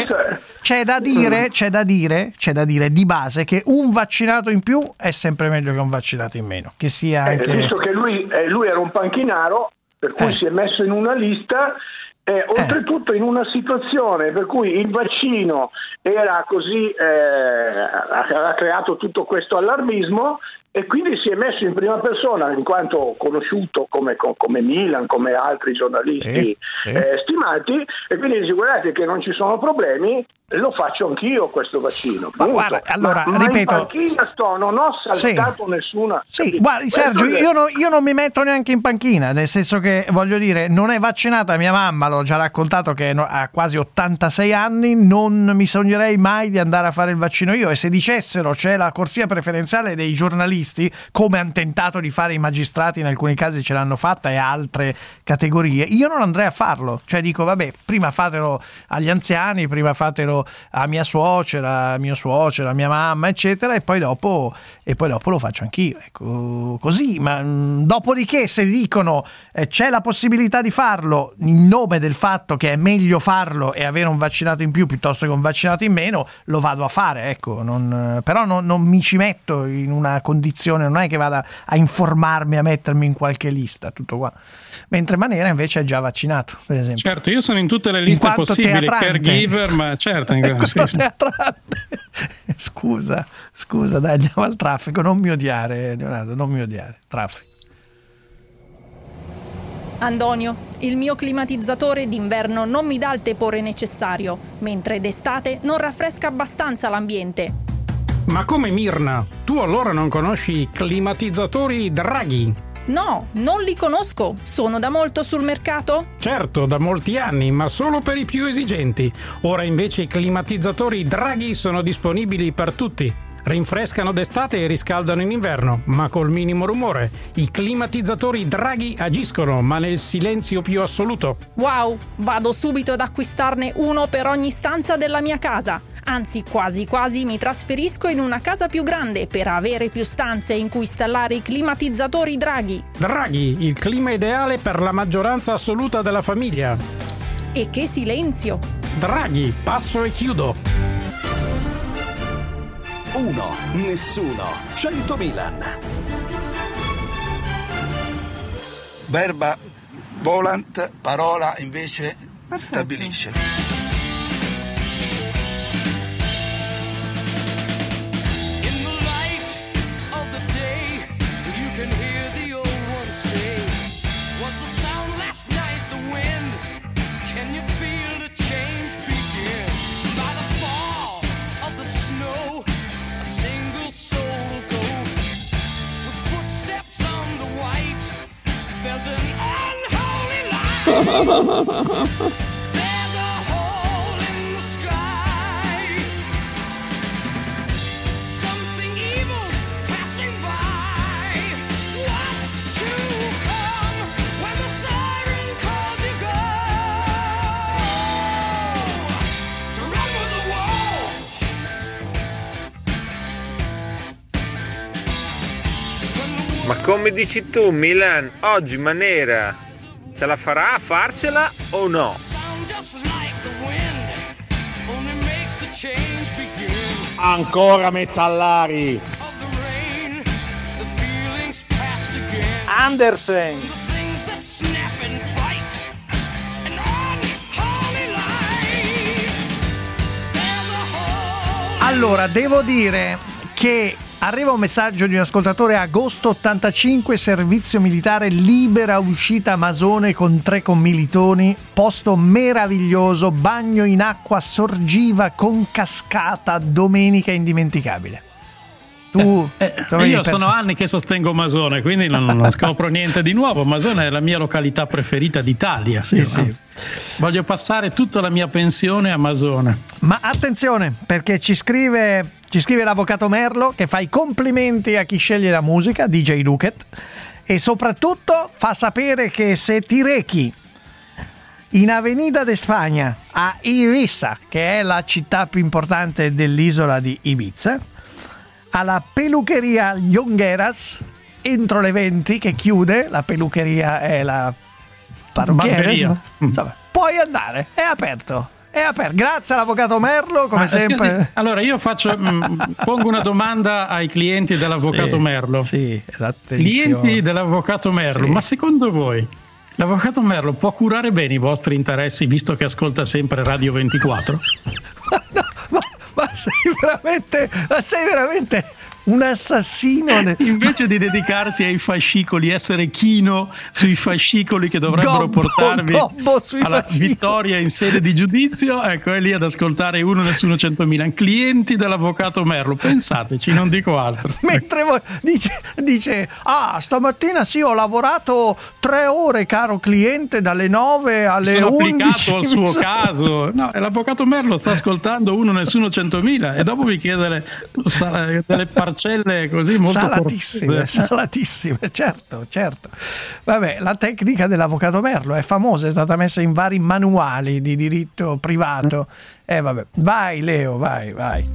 da dire di base che un vaccinato in più è sempre meglio che un vaccinato in meno, che sia anche... visto che lui era un panchinaro, per cui si è messo in una lista. Oltretutto in una situazione per cui il vaccino era così, ha creato tutto questo allarmismo, e quindi si è messo in prima persona, in quanto conosciuto come Milan, come altri giornalisti stimati, e quindi dice: guardate che non ci sono problemi, lo faccio anch'io questo vaccino. Ma guarda, allora, ripeto, in panchina non ho saltato nessuna. Sì, guarda, Sergio, io non mi metto neanche in panchina, nel senso che, voglio dire, non è vaccinata mia mamma, l'ho già raccontato che ha quasi 86 anni, non mi sognerei mai di andare a fare il vaccino io, e se dicessero c'è la corsia preferenziale dei giornalisti, come hanno tentato di fare i magistrati, in alcuni casi ce l'hanno fatta, e altre categorie, io non andrei a farlo. Cioè dico, vabbè, prima fatelo agli anziani, prima fatelo a mia suocera, a mio suocero, a mia mamma, eccetera, e poi dopo lo faccio anch'io, ecco, così. Ma dopodiché, se dicono c'è la possibilità di farlo in nome del fatto che è meglio farlo e avere un vaccinato in più piuttosto che un vaccinato in meno, lo vado a fare, ecco. Però non mi ci metto in una condizione, non è che vada a informarmi, a mettermi in qualche lista, tutto qua. Mentre Manera invece è già vaccinato, per esempio. Certo, io sono in tutte le liste possibili, caregiver, ma certo. Scusa, dai, andiamo al traffico. Non mi odiare, Leonardo, non mi odiare. Traffico. Antonio, il mio climatizzatore d'inverno non mi dà il tepore necessario, mentre d'estate non raffresca abbastanza l'ambiente. Ma come, Mirna? Tu allora non conosci i climatizzatori Draghi? No, non li conosco. Sono da molto sul mercato? Certo, da molti anni, ma solo per i più esigenti. Ora invece i climatizzatori Draghi sono disponibili per tutti. Rinfrescano d'estate e riscaldano in inverno, ma col minimo rumore. I climatizzatori Draghi agiscono, ma nel silenzio più assoluto. Wow, vado subito ad acquistarne uno per ogni stanza della mia casa. Anzi, quasi quasi mi trasferisco in una casa più grande per avere più stanze in cui installare i climatizzatori Draghi. Draghi, il clima ideale per la maggioranza assoluta della famiglia. E che silenzio! Draghi, passo e chiudo. 1, nessuno, 100 Milan. Verba volant, parola invece stabilisce. Ma come dici tu, Milan, oggi Manera ce la farà a farcela o no? Ancora Metallari. Andersen. Allora, devo dire che arriva un messaggio di un ascoltatore: agosto 85, servizio militare, libera uscita Masone con 3 commilitoni, posto meraviglioso, bagno in acqua sorgiva con cascata, domenica indimenticabile. Io sono anni che sostengo Masone, quindi non scopro niente di nuovo. Masone è la mia località preferita d'Italia. Sì. Voglio passare tutta la mia pensione a Masone. Ma attenzione, perché ci scrive l'avvocato Merlo che fa i complimenti a chi sceglie la musica, DJ Luket, e soprattutto fa sapere che se ti rechi in Avenida de España a Ibiza, che è la città più importante dell'isola di Ibiza, alla pelucheria Jongueras, entro le 20 che chiude, la pelucheria è la parrucchiera, insomma, puoi andare, è aperto. Grazie all'avvocato Merlo, come sempre. Scusi, allora io pongo una domanda ai clienti dell'avvocato Merlo. Clienti dell'avvocato Merlo, ma secondo voi l'avvocato Merlo può curare bene i vostri interessi, visto che ascolta sempre Radio 24? Ma sei veramente un assassino. Invece di dedicarsi ai fascicoli, essere chino sui fascicoli che dovrebbero portarvi alla vittoria in sede di giudizio, ecco, è lì ad ascoltare Uno Nessuno 100.000. Clienti dell'avvocato Merlo, pensateci, non dico altro. Mentre dice stamattina sì, ho lavorato 3 ore, caro cliente, dalle 9 alle sono 11. Applicato al suo caso. No, l'avvocato Merlo sta ascoltando Uno Nessuno 100.000 e dopo vi chiede delle parcelle così molto salatissime, certo. Vabbè, la tecnica dell'avvocato Merlo è famosa, è stata messa in vari manuali di diritto privato. Vabbè, vai Leo, vai.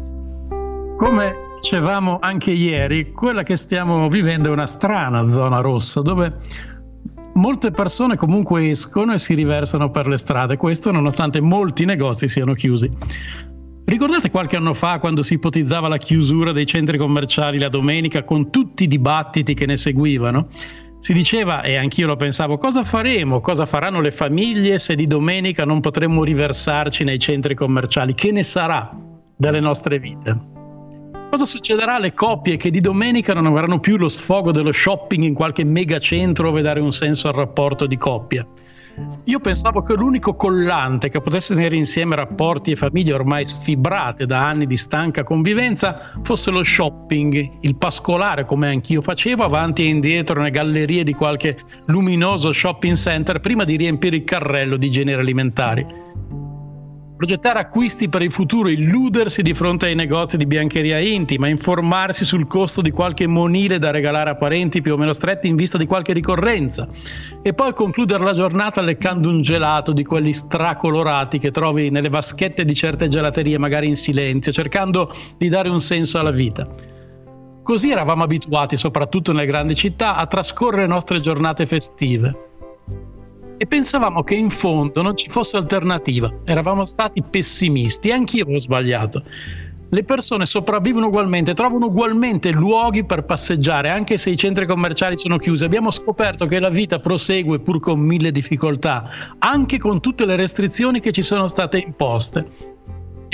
Come dicevamo anche ieri, quella che stiamo vivendo è una strana zona rossa dove molte persone comunque escono e si riversano per le strade, questo nonostante molti negozi siano chiusi. Ricordate qualche anno fa, quando si ipotizzava la chiusura dei centri commerciali la domenica, con tutti i dibattiti che ne seguivano? Si diceva, e anch'io lo pensavo, cosa faremo, cosa faranno le famiglie se di domenica non potremo riversarci nei centri commerciali? Che ne sarà delle nostre vite? Cosa succederà alle coppie che di domenica non avranno più lo sfogo dello shopping in qualche megacentro dove dare un senso al rapporto di coppia? Io pensavo che l'unico collante che potesse tenere insieme rapporti e famiglie ormai sfibrate da anni di stanca convivenza fosse lo shopping, il pascolare, come anch'io facevo, avanti e indietro nelle gallerie di qualche luminoso shopping center prima di riempire il carrello di generi alimentari. Progettare acquisti per il futuro, illudersi di fronte ai negozi di biancheria intima, informarsi sul costo di qualche monile da regalare a parenti più o meno stretti in vista di qualche ricorrenza e poi concludere la giornata leccando un gelato di quelli stracolorati che trovi nelle vaschette di certe gelaterie, magari in silenzio, cercando di dare un senso alla vita. Così eravamo abituati, soprattutto nelle grandi città, a trascorrere le nostre giornate festive. E pensavamo che in fondo non ci fosse alternativa, eravamo stati pessimisti, anch'io avevo sbagliato. Le persone sopravvivono ugualmente, trovano ugualmente luoghi per passeggiare, anche se i centri commerciali sono chiusi. Abbiamo scoperto che la vita prosegue pur con 1000 difficoltà, anche con tutte le restrizioni che ci sono state imposte.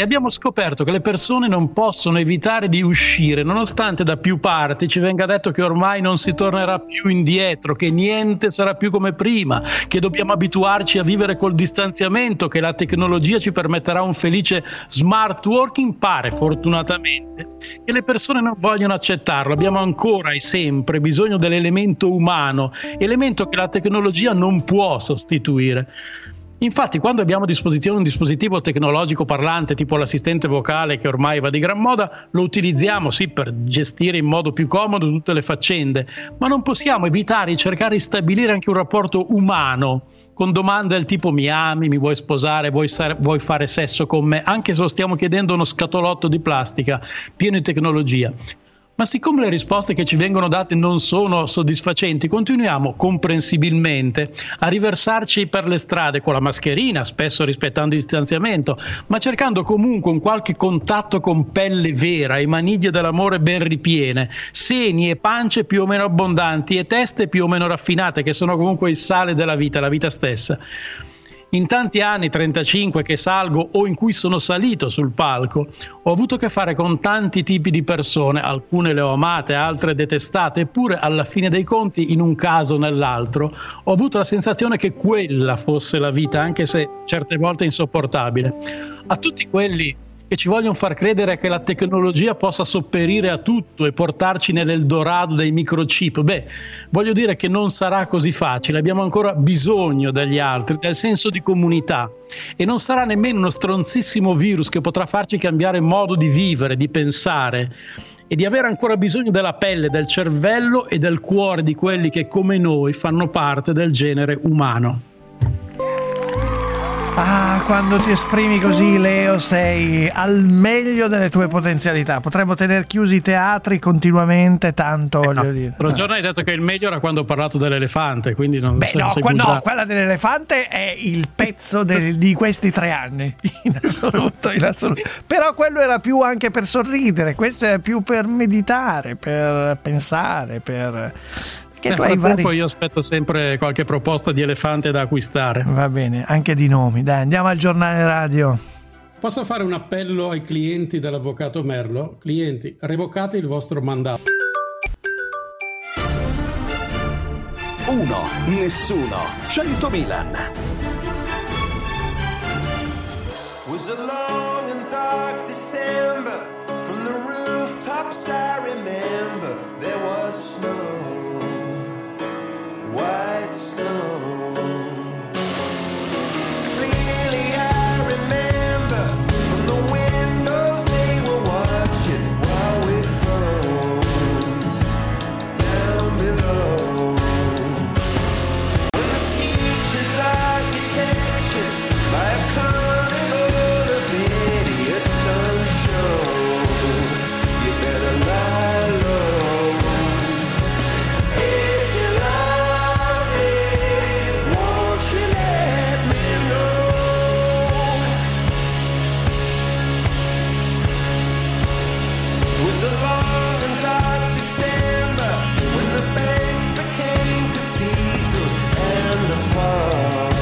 e abbiamo scoperto che le persone non possono evitare di uscire, nonostante da più parti ci venga detto che ormai non si tornerà più indietro, che niente sarà più come prima, che dobbiamo abituarci a vivere col distanziamento, che la tecnologia ci permetterà un felice smart working. Pare fortunatamente che le persone non vogliono accettarlo. Abbiamo ancora e sempre bisogno dell'elemento umano, elemento che la tecnologia non può sostituire. Infatti, quando abbiamo a disposizione un dispositivo tecnologico parlante tipo l'assistente vocale, che ormai va di gran moda, lo utilizziamo sì per gestire in modo più comodo tutte le faccende, ma non possiamo evitare di cercare di stabilire anche un rapporto umano con domande del tipo: mi ami, mi vuoi sposare, vuoi fare sesso con me, anche se lo stiamo chiedendo uno scatolotto di plastica pieno di tecnologia. Ma siccome le risposte che ci vengono date non sono soddisfacenti, continuiamo comprensibilmente a riversarci per le strade con la mascherina, spesso rispettando il distanziamento, ma cercando comunque un qualche contatto con pelle vera e maniglie dell'amore ben ripiene, seni e pance più o meno abbondanti e teste più o meno raffinate, che sono comunque il sale della vita, la vita stessa. In tanti anni, 35, che salgo o in cui sono salito sul palco, ho avuto a che fare con tanti tipi di persone, alcune le ho amate, altre detestate, eppure alla fine dei conti, in un caso o nell'altro, ho avuto la sensazione che quella fosse la vita, anche se certe volte insopportabile. A tutti quelli che ci vogliono far credere che la tecnologia possa sopperire a tutto e portarci nell'Eldorado dei microchip, voglio dire che non sarà così facile. Abbiamo ancora bisogno degli altri, del senso di comunità, e non sarà nemmeno uno stronzissimo virus che potrà farci cambiare modo di vivere, di pensare, e di avere ancora bisogno della pelle, del cervello e del cuore di quelli che come noi fanno parte del genere umano. Ah, quando ti esprimi così, Leo, sei al meglio delle tue potenzialità. Potremmo tenere chiusi i teatri continuamente, tanto voglio dire. L'altro giorno hai detto che il meglio era quando ho parlato dell'elefante, quindi non so. No, quella dell'elefante è il pezzo di questi 3 anni, in assoluto. Però quello era più anche per sorridere, questo è più per meditare, per pensare, per... Io aspetto sempre qualche proposta di elefante da acquistare. Va bene, anche di nomi. Dai, andiamo al giornale radio. Posso fare un appello ai clienti dell'avvocato Merlo? Clienti, revocate il vostro mandato. 1, nessuno, 100 Milan. Was a long and dark December. From the rooftops I remember there was snow. White snow. Clearly I remember from the windows they were watching while we froze down below. When the future's architecture by a carnival of idiots on show, you better lie low. If you love me, won't you let me know? It was a long and dark December when the banks became cathedrals and the fog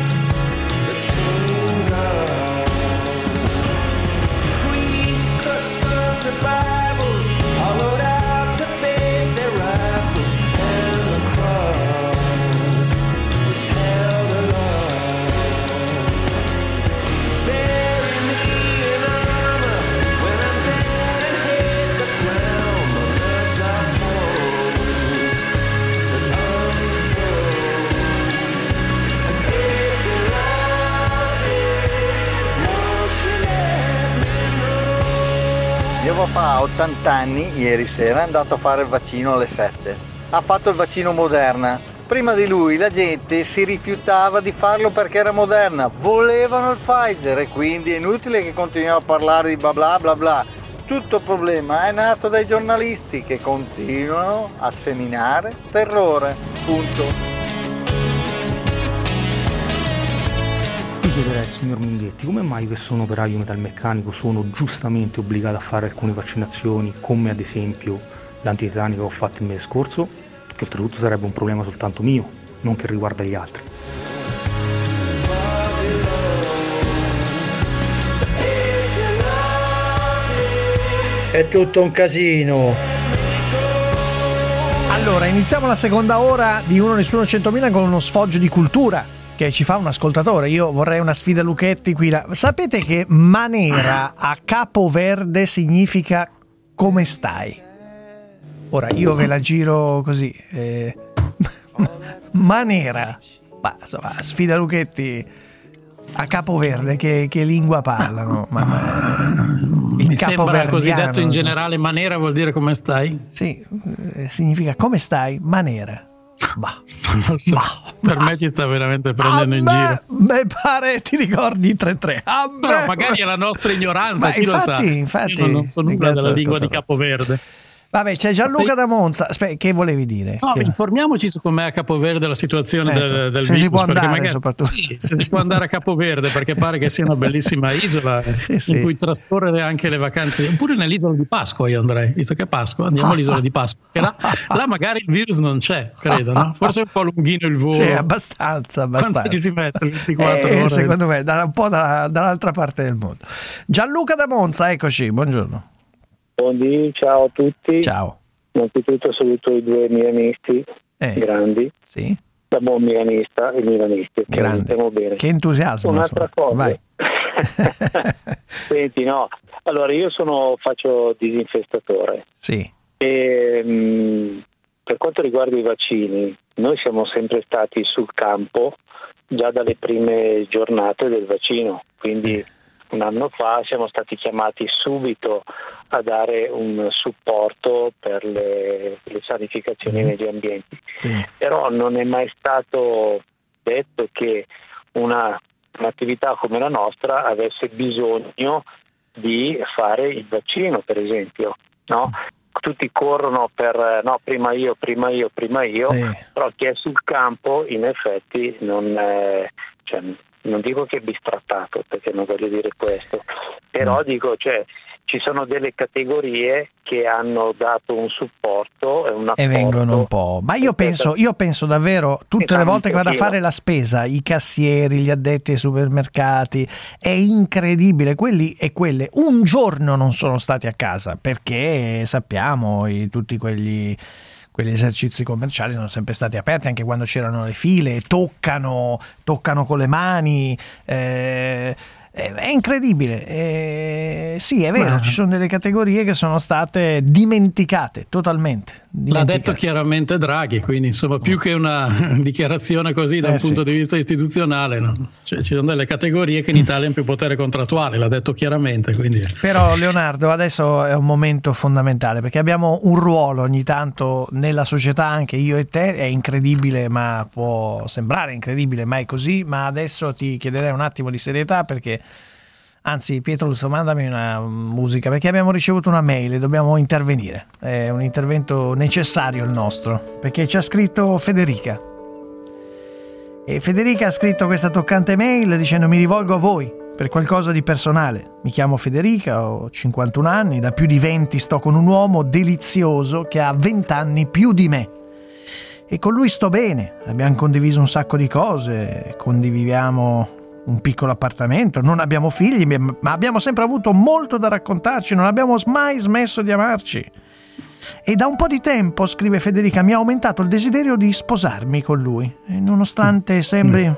became gone. Priests clutched onto Bibles, hollowed out to fade their rifles, and the cross was held aloft. Bury me in armor when I'm dead and hit the ground. My nerves are posed and unfroze. And if you love me, won't you let me know? Mio papà ha 80 anni, ieri sera è andato a fare il vaccino alle 7. Ha fatto il vaccino Moderna. Prima di lui la gente si rifiutava di farlo perché era Moderna. Volevano il Pfizer e quindi è inutile che continuiamo a parlare di bla bla bla bla. Tutto il problema è nato dai giornalisti che continuano a seminare terrore. Punto. Mi chiederei, signor Minghetti, come mai che sono operaio metalmeccanico sono giustamente obbligato a fare alcune vaccinazioni, come ad esempio l'antitetanica che ho fatto il mese scorso, che oltretutto sarebbe un problema soltanto mio, non che riguarda gli altri. If you è tutto un casino. Allora, iniziamo la seconda ora di Uno Nessuno 100.000 con uno sfoggio di cultura che ci fa un ascoltatore. Io vorrei una sfida Lucchetti qui. Sapete che Manera a Capoverde significa come stai? Ora io ve la giro così. Manera. Ma insomma, sfida Lucchetti a Capoverde, che lingua parlano? Mi sembra così detto in generale. Manera vuol dire come stai? Sì, significa come stai? Manera. Per me ci sta veramente prendendo in giro. Me pare, ti ricordi 3-3. No, magari è la nostra ignoranza, chi lo sa. Infatti, io non so nulla della lingua di Capoverde. Vabbè, c'è Gianluca da Monza. Aspetta, che volevi dire? No, informiamoci su com'è a Capoverde la situazione del se virus, si può andare, magari, soprattutto. sì, se si può andare a Capoverde, perché pare che sia una bellissima isola in cui trascorrere anche le vacanze. Oppure nell'isola di Pasqua io andrei, visto che è Pasqua, andiamo all'isola di Pasqua. Che là magari il virus non c'è, credo, no? Forse è un po' lunghino il volo. Sì, abbastanza. Quanto ci si mette? 24 ore? Secondo me, un po' dall'altra parte del mondo. Gianluca da Monza, eccoci, buongiorno. Buondì, ciao a tutti. Ciao. Innanzitutto saluto i due milanisti grandi. Sì. Da buon milanista e milanisti. Grande. Bene. Che entusiasmo. Un'altra cosa. Vai. Senti, no. Allora, io faccio disinfestatore. Sì. E per quanto riguarda i vaccini, noi siamo sempre stati sul campo già dalle prime giornate del vaccino, quindi un anno fa siamo stati chiamati subito a dare un supporto per le sanificazioni negli ambienti. Sì. Però non è mai stato detto che un'attività come la nostra avesse bisogno di fare il vaccino, per esempio, no? Tutti corrono per prima io, sì. Però chi è sul campo in effetti non dico che è bistrattato, perché non voglio dire questo, però dico, ci sono delle categorie che hanno dato un supporto e un apporto. E vengono un po'. Ma io penso davvero, tutte le volte che vado a fare la spesa, i cassieri, gli addetti ai supermercati, è incredibile, quelli e quelle un giorno non sono stati a casa, perché sappiamo tutti quegli esercizi commerciali sono sempre stati aperti anche quando c'erano le file, toccano con le mani, è incredibile. Sì, è vero, ci sono delle categorie che sono state dimenticate totalmente. L'ha detto chiaramente Draghi, quindi insomma più che una dichiarazione così da un punto di vista istituzionale, no? Ci sono delle categorie che in Italia hanno più potere contrattuale, l'ha detto chiaramente. Quindi. Però Leonardo, adesso è un momento fondamentale, perché abbiamo un ruolo ogni tanto nella società, anche io e te, è incredibile, ma può sembrare incredibile, ma è così. Ma adesso ti chiederei un attimo di serietà, perché anzi, Pietro, mandami una musica, perché abbiamo ricevuto una mail e dobbiamo intervenire. È un intervento necessario il nostro, perché ci ha scritto Federica. E Federica ha scritto questa toccante mail dicendo: mi rivolgo a voi per qualcosa di personale. Mi chiamo Federica, ho 51 anni, da più di 20 sto con un uomo delizioso che ha 20 anni più di me. E con lui sto bene, abbiamo condiviso un sacco di cose, condividiamo un piccolo appartamento, non abbiamo figli, ma abbiamo sempre avuto molto da raccontarci, non abbiamo mai smesso di amarci. E da un po' di tempo, scrive Federica, mi ha aumentato il desiderio di sposarmi con lui, e nonostante sembri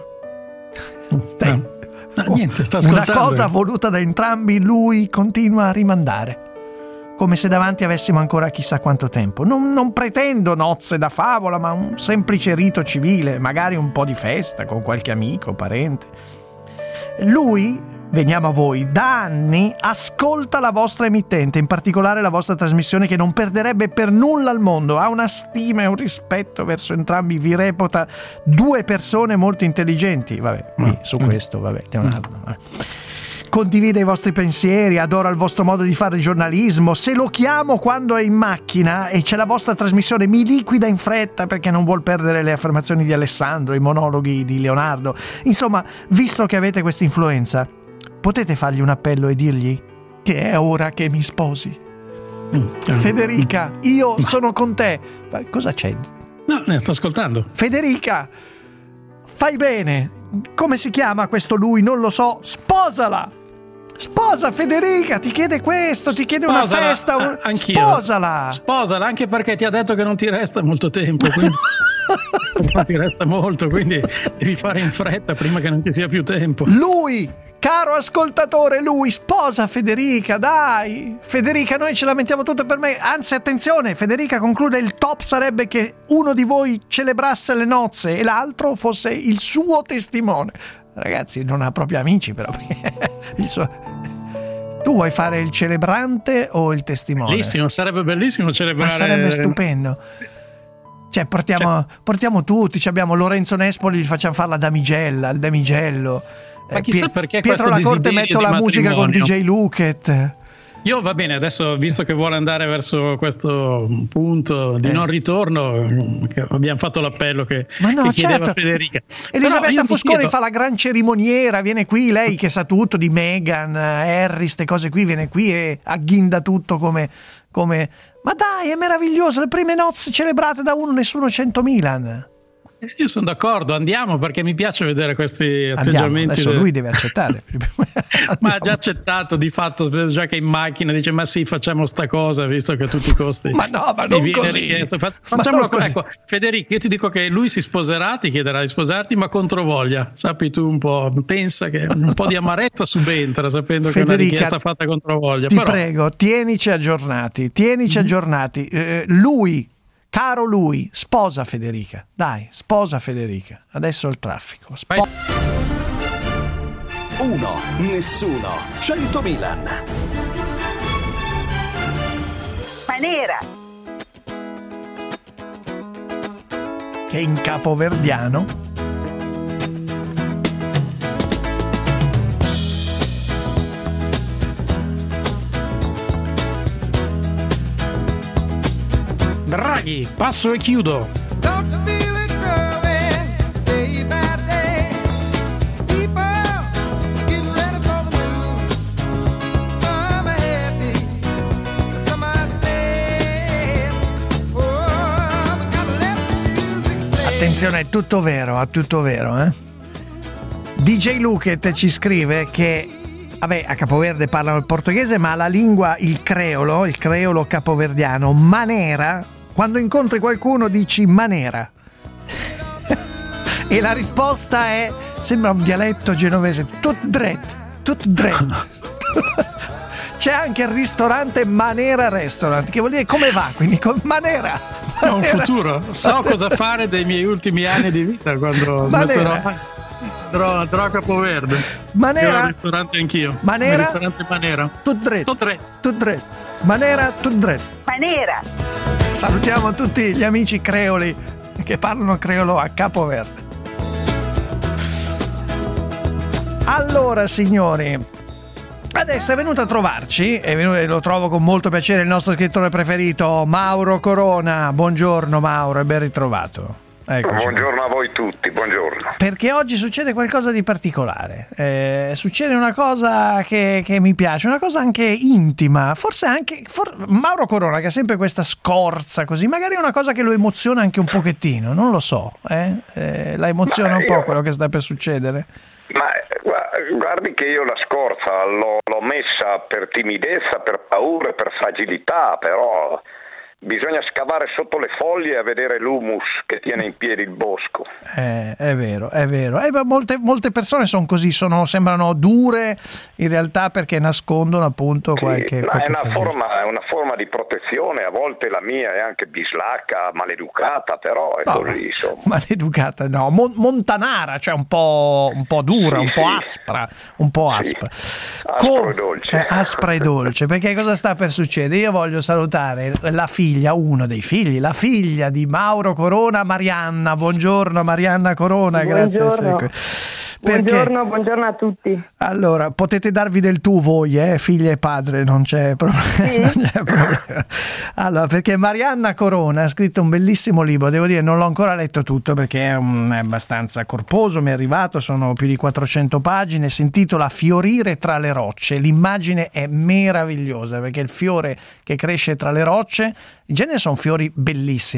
niente, sta una cosa voluta da entrambi, lui continua a rimandare, come se davanti avessimo ancora chissà quanto tempo. Non pretendo nozze da favola, ma un semplice rito civile, magari un po' di festa con qualche amico, parente. Lui, veniamo a voi, da anni ascolta la vostra emittente, in particolare la vostra trasmissione, che non perderebbe per nulla al mondo, ha una stima e un rispetto verso entrambi, vi reputa due persone molto intelligenti. Vabbè, su questo, Leonardo. Condivide i vostri pensieri, adora il vostro modo di fare giornalismo. Se lo chiamo quando è in macchina e c'è la vostra trasmissione, mi liquida in fretta perché non vuol perdere le affermazioni di Alessandro, i monologhi di Leonardo. Insomma, visto che avete questa influenza, potete fargli un appello e dirgli che è ora che mi sposi. Federica, io sono con te. Ma cosa c'è? No, ne sto ascoltando. Federica, fai bene. Come si chiama questo lui? Non lo so. Sposala! Sposa Federica, ti chiede questo, ti chiede una festa. Anch'io. Sposala, anche perché ti ha detto che non ti resta molto tempo. Quindi non ti resta molto, quindi devi fare in fretta prima che non ci sia più tempo. Lui, caro ascoltatore, sposa Federica, dai. Federica, noi ce la mettiamo tutta per me. Anzi, attenzione, Federica conclude: il top sarebbe che uno di voi celebrasse le nozze e l'altro fosse il suo testimone. Ragazzi, non ha proprio amici, però. Tu vuoi fare il celebrante o il testimone? Bellissimo, sarebbe bellissimo celebrare. Ma sarebbe stupendo. Cioè, portiamo tutti. Abbiamo Lorenzo Nespoli, gli facciamo fare la damigella, il damigello. Ma chissà perché Pietro La Corte metto la musica con DJ Luket. Io va bene, adesso visto che vuole andare verso questo punto di non ritorno, che abbiamo fatto l'appello che chiedeva Federica. Elisabetta Fosconi fa la gran cerimoniera, viene qui, lei che sa tutto di Meghan, Harry, ste cose qui, viene qui e agghinda tutto come... Ma dai, è meraviglioso, le prime nozze celebrate da uno, nessuno 100 Milan. Sì, io sono d'accordo, andiamo, perché mi piace vedere questi atteggiamenti. Adesso lui deve accettare. Ma ha già accettato, di fatto, già che in macchina dice: ma sì, facciamo sta cosa, visto che a tutti i costi ma non così. Facciamolo così. Ecco, Federico, io ti dico che lui si sposerà, ti chiederà di sposarti, ma controvoglia. Sappi tu un po', pensa che un po' di amarezza subentra, sapendo Federica, che è una richiesta fatta controvoglia. Ti prego, tienici aggiornati. Lui, caro lui, sposa Federica. Dai, sposa Federica. Adesso il traffico. 1, nessuno, 100 Milan. Manera. Che in capoverdiano. Draghi, passo e chiudo. Attenzione, è tutto vero, DJ Luket ci scrive che a Capoverde parlano il portoghese, ma la lingua, il creolo capoverdiano, manera, quando incontri qualcuno dici manera. E la risposta sembra un dialetto genovese, tut dret. C'è anche il ristorante Manera Restaurant, che vuol dire come va, quindi con Manera. È un futuro, so cosa fare dei miei ultimi anni di vita quando smetterò. Andrò a Capoverde. Manera. Al ristorante anch'io. Manera. Ristorante Manera. Tut dret. Manera, tut dret. Manera. Salutiamo tutti gli amici creoli che parlano creolo a Capoverde. Allora, signori, adesso è venuto a trovarci, e lo trovo con molto piacere, il nostro scrittore preferito, Mauro Corona. Buongiorno Mauro e ben ritrovato. Eccoci. Buongiorno a voi tutti, buongiorno. Perché oggi succede qualcosa di particolare, succede una cosa che mi piace, una cosa anche intima, forse Mauro Corona, che ha sempre questa scorza così, magari è una cosa che lo emoziona anche un pochettino, non lo so, la emoziona un po' quello che sta per succedere. Ma guardi che io la scorza l'ho messa per timidezza, per paura, per fragilità, però bisogna scavare sotto le foglie a vedere l'humus che tiene in piedi il bosco. È vero. Molte persone sono così, sembrano dure in realtà perché nascondono appunto qualche è una forma di protezione, a volte la mia è anche bislacca, maleducata, però è così, insomma. Maleducata, no, montanara, cioè un po' dura, un po' aspra. Aspra e dolce. Aspra e dolce, perché cosa sta per succedere? Io voglio salutare uno dei figli, la figlia di Mauro Corona, Marianna. Buongiorno Marianna Corona, grazie. Buongiorno a tutti. Allora, potete darvi del tu voi, figlia e padre, non c'è problema. Sì. Non c'è problema. Allora, perché Marianna Corona ha scritto un bellissimo libro, devo dire, non l'ho ancora letto tutto perché è abbastanza corposo, mi è arrivato, sono più di 400 pagine, si intitola Fiorire tra le rocce. L'immagine è meravigliosa perché il fiore che cresce tra le rocce, in genere sono fiori bellissimi,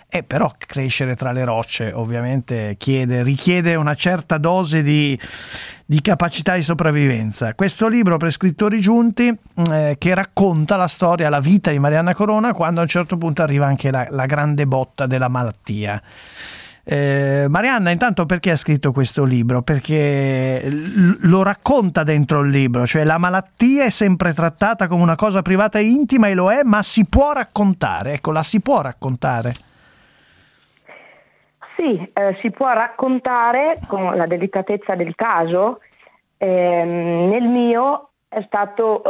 Però crescere tra le rocce ovviamente richiede una certa dose di capacità di sopravvivenza. Questo libro per scrittori giunti che racconta la storia, la vita di Marianna Corona, quando a un certo punto arriva anche la grande botta della malattia. Marianna, intanto, perché ha scritto questo libro? Perché lo racconta dentro il libro, cioè la malattia è sempre trattata come una cosa privata e intima, e lo è, ma si può raccontare, ecco, la si può raccontare. Sì, si può raccontare con la delicatezza del caso. Nel mio è stato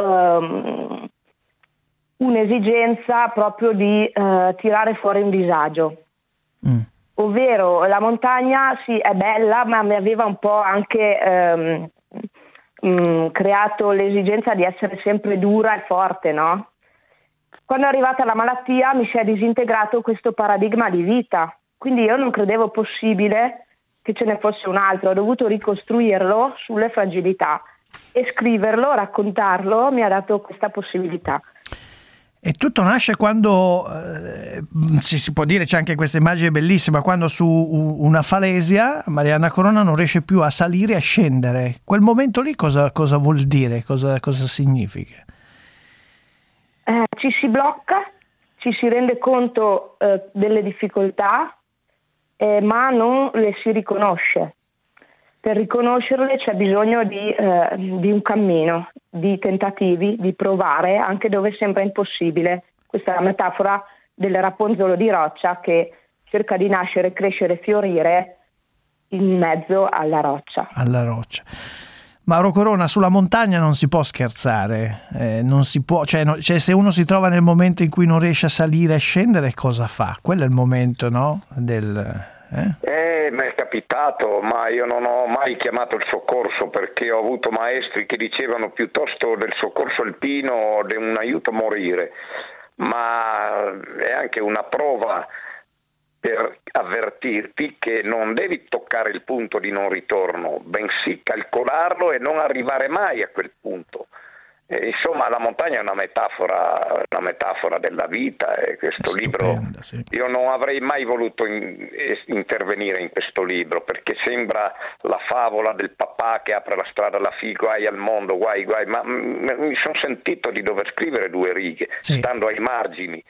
un'esigenza proprio di tirare fuori un disagio. Ovvero, la montagna sì, è bella, ma mi aveva un po' anche creato l'esigenza di essere sempre dura e forte, no? Quando è arrivata la malattia mi si è disintegrato questo paradigma di vita, quindi io non credevo possibile che ce ne fosse un altro, ho dovuto ricostruirlo sulle fragilità, e scriverlo, raccontarlo mi ha dato questa possibilità. E tutto nasce quando, si può dire, c'è anche questa immagine bellissima, quando su una falesia Marianna Corona non riesce più a salire e a scendere. Quel momento lì cosa vuol dire? Cosa significa? Ci si blocca, ci si rende conto delle difficoltà, ma non le si riconosce. Per riconoscerle c'è bisogno di un cammino, di tentativi, di provare anche dove sembra impossibile. Questa è la metafora del raponzolo di roccia che cerca di nascere, crescere, fiorire in mezzo alla roccia. Alla roccia. Mauro Corona, sulla montagna non si può scherzare, non si può, cioè se uno si trova nel momento in cui non riesce a salire e scendere, cosa fa? Quello è il momento, no? Mi è capitato, ma io non ho mai chiamato il soccorso, perché ho avuto maestri che dicevano piuttosto del soccorso alpino di un aiuto a morire, ma è anche una prova per avvertirti che non devi toccare il punto di non ritorno, bensì calcolarlo e non arrivare mai a quel punto. Insomma, la montagna è una metafora della vita, e questo libro, sì. Io non avrei mai voluto intervenire in questo libro, perché sembra la favola del papà che apre la strada alla figlia, guai al mondo, guai, ma mi sono sentito di dover scrivere 2 righe, sì, stando ai margini,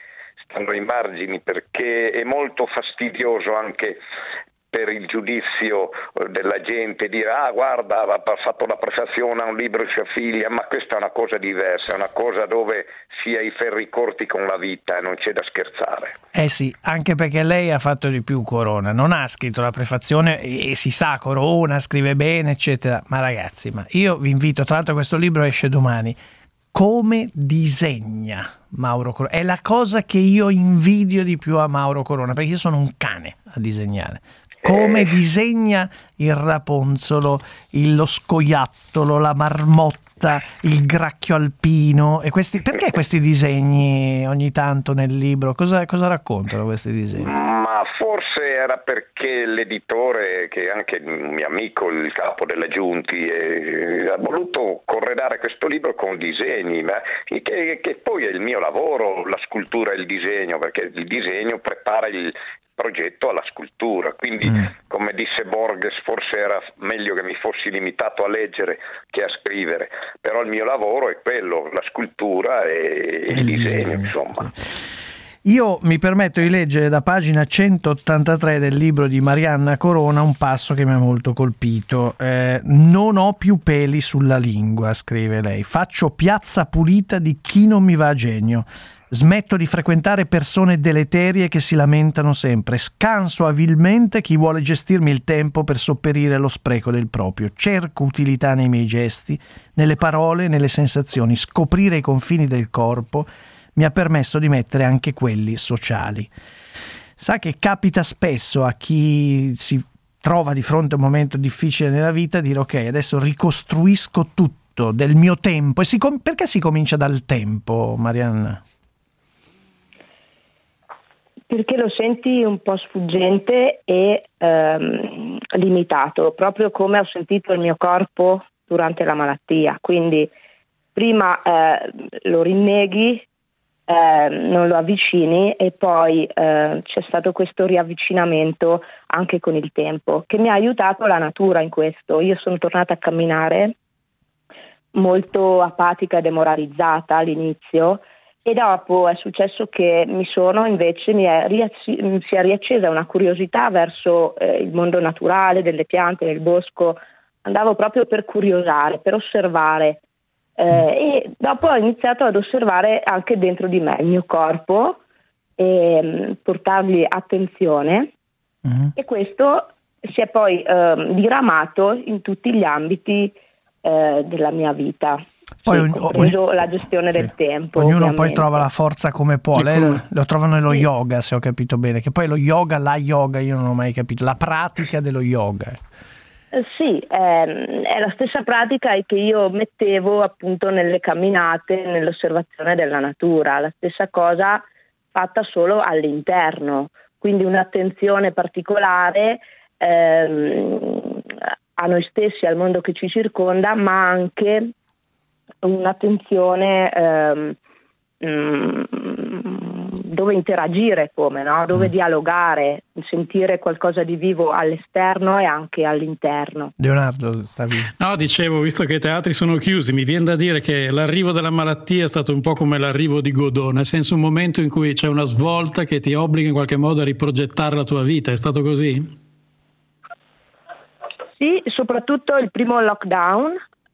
perché è molto fastidioso anche per il giudizio della gente dire guarda, ha fatto la prefazione a un libro di sua figlia, ma questa è una cosa diversa, è una cosa dove si ha i ferri corti con la vita e non c'è da scherzare. Sì, anche perché lei ha fatto di più Corona, non ha scritto la prefazione e si sa, Corona scrive bene eccetera, ma ragazzi, io vi invito, tra l'altro questo libro esce domani, come disegna Mauro Corona, è la cosa che io invidio di più a Mauro Corona, perché io sono un cane a disegnare. Come disegna il raponzolo, lo scoiattolo, la marmotta, il gracchio alpino, e perché questi disegni ogni tanto nel libro? Cosa raccontano questi disegni? Ma forse era perché l'editore, che è anche un mio amico, il capo della Giunti, ha voluto corredare questo libro con disegni, ma che poi è il mio lavoro, la scultura e il disegno, perché il disegno prepara il progetto alla scultura, quindi come disse Borges, forse era meglio che mi fossi limitato a leggere che a scrivere, però il mio lavoro è quello, la scultura e il disegno, insomma. Io mi permetto di leggere da pagina 183 del libro di Marianna Corona un passo che mi ha molto colpito. Non ho più peli sulla lingua, scrive lei, faccio piazza pulita di chi non mi va a genio. Smetto di frequentare persone deleterie che si lamentano sempre. Scanso avilmente chi vuole gestirmi il tempo per sopperire allo spreco del proprio. Cerco utilità nei miei gesti, nelle parole, nelle sensazioni. Scoprire i confini del corpo mi ha permesso di mettere anche quelli sociali. Sa che capita spesso a chi si trova di fronte a un momento difficile nella vita dire ok, adesso ricostruisco tutto del mio tempo. Perché si comincia dal tempo, Marianna? Perché lo senti un po' sfuggente e limitato, proprio come ho sentito il mio corpo durante la malattia. Quindi prima lo rinneghi, non lo avvicini, e poi c'è stato questo riavvicinamento anche con il tempo, che mi ha aiutato la natura in questo. Io sono tornata a camminare molto apatica e demoralizzata all'inizio, e dopo è successo che si è riaccesa una curiosità verso il mondo naturale, delle piante, del bosco. Andavo proprio per curiosare, per osservare, e dopo ho iniziato ad osservare anche dentro di me il mio corpo e portargli attenzione, e questo si è poi diramato in tutti gli ambiti della mia vita. Poi compreso la gestione del tempo. Ognuno ovviamente. Poi trova la forza come può. Lei lo trova nello yoga, se ho capito bene, che poi lo yoga, la yoga, io non ho mai capito, la pratica dello yoga. Sì, è la stessa pratica che io mettevo appunto nelle camminate, nell'osservazione della natura, la stessa cosa fatta solo all'interno, quindi un'attenzione particolare a noi stessi, al mondo che ci circonda, ma anche un'attenzione dove interagire, dove dialogare, sentire qualcosa di vivo all'esterno e anche all'interno. Leonardo, stavi... No, dicevo, visto che i teatri sono chiusi, mi viene da dire che l'arrivo della malattia è stato un po' come l'arrivo di Godot, nel senso un momento in cui c'è una svolta che ti obbliga in qualche modo a riprogettare la tua vita. È stato così? Sì, soprattutto il primo lockdown.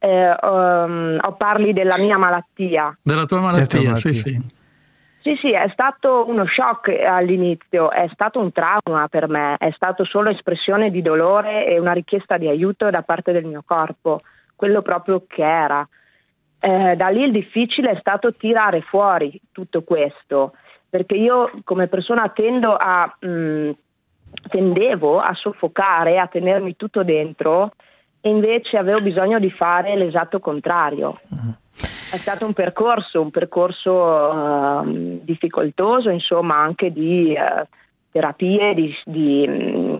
Parli della mia malattia. Della tua malattia, sì. Sì, è stato uno shock all'inizio, è stato un trauma per me, è stato solo espressione di dolore e una richiesta di aiuto da parte del mio corpo, quello proprio che era. Da lì il difficile è stato tirare fuori tutto questo, perché io come persona tendevo a soffocare, a tenermi tutto dentro, e invece avevo bisogno di fare l'esatto contrario. È stato un percorso difficoltoso, insomma, anche di terapie, di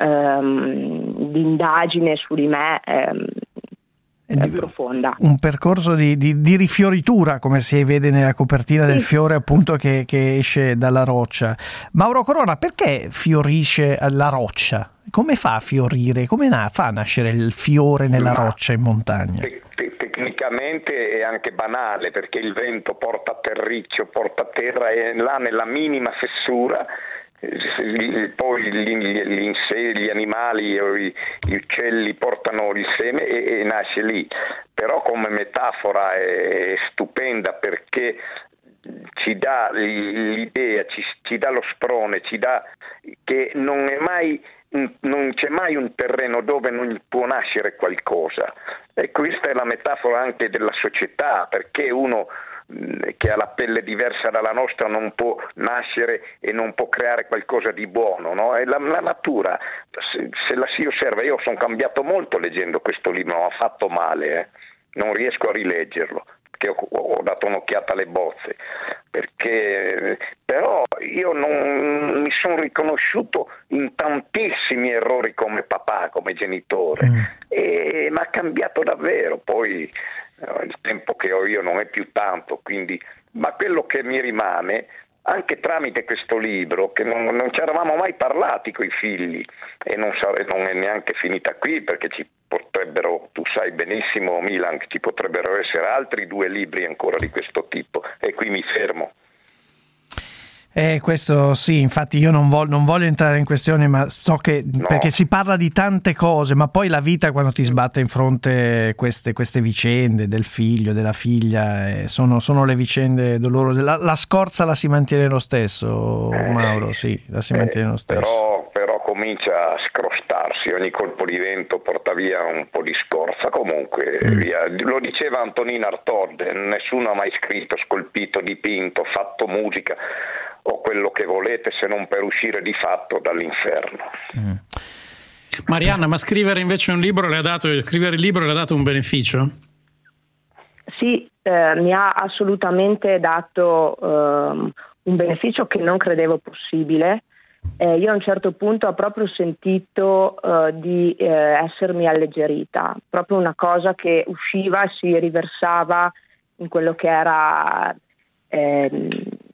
indagine su di me profonda. Un percorso di rifioritura, come si vede nella copertina del fiore appunto che esce dalla roccia. Mauro Corona, perché fiorisce la roccia? Come fa a fiorire? Come fa a nascere il fiore nella roccia in montagna? Tecnicamente è anche banale, perché il vento porta terriccio, porta terra, e là nella minima fessura poi gli animali o gli uccelli portano il seme e nasce lì. Però come metafora è stupenda, perché ci dà l'idea, ci dà lo sprone, ci dà che non c'è mai un terreno dove non può nascere qualcosa, e questa è la metafora anche della società, perché uno che ha la pelle diversa dalla nostra non può nascere e non può creare qualcosa di buono, no? E la natura, se la si osserva, io sono cambiato molto leggendo questo libro, non ha fatto male, non riesco a rileggerlo, che ho dato un'occhiata alle bozze, perché però io non mi sono riconosciuto in tantissimi errori come papà, come genitore, e mi ha cambiato davvero. Poi il tempo che ho io non è più tanto, quindi, ma quello che mi rimane anche tramite questo libro, che non ci eravamo mai parlati coi figli, e non è neanche finita qui, perché ci potrebbero, tu sai benissimo Milan, che ci potrebbero essere altri 2 libri ancora di questo tipo, e qui mi fermo. Questo sì, infatti io non voglio entrare in questione, ma so che perché si parla di tante cose, ma poi la vita, quando ti sbatte in fronte queste vicende del figlio, della figlia, sono le vicende dolorose. La scorza la si mantiene lo stesso, Mauro, sì, la si mantiene lo stesso. Però comincia a scrostarsi, ogni colpo di vento porta via un po' di scorza, comunque via. Lo diceva Antonin Artaud, nessuno ha mai scritto, scolpito, dipinto, fatto musica o quello che volete, se non per uscire di fatto dall'inferno. Marianna, ma scrivere invece scrivere il libro le ha dato un beneficio? Sì, mi ha assolutamente dato un beneficio che non credevo possibile. Io a un certo punto ho proprio sentito di essermi alleggerita, proprio una cosa che usciva e si riversava in quello che era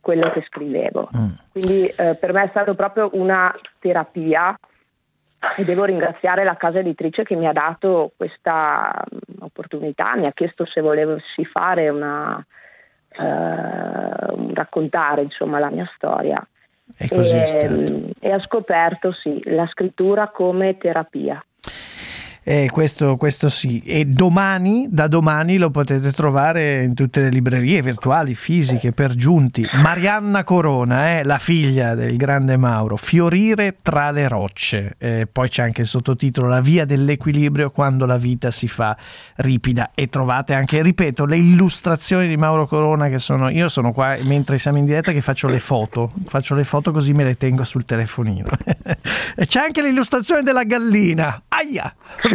quello che scrivevo. Quindi per me è stato proprio una terapia e devo ringraziare la casa editrice che mi ha dato questa opportunità, mi ha chiesto se volessi fare raccontare insomma la mia storia e così è stato. E ho scoperto la scrittura come terapia. Questo sì, e da domani lo potete trovare in tutte le librerie virtuali, fisiche, per giunti. Marianna Corona, la figlia del grande Mauro, Fiorire tra le rocce, poi c'è anche il sottotitolo La via dell'equilibrio quando la vita si fa ripida, e trovate anche, ripeto, le illustrazioni di Mauro Corona, che io sono qua mentre siamo in diretta che faccio le foto così me le tengo sul telefonino. E c'è anche l'illustrazione della gallina, aia!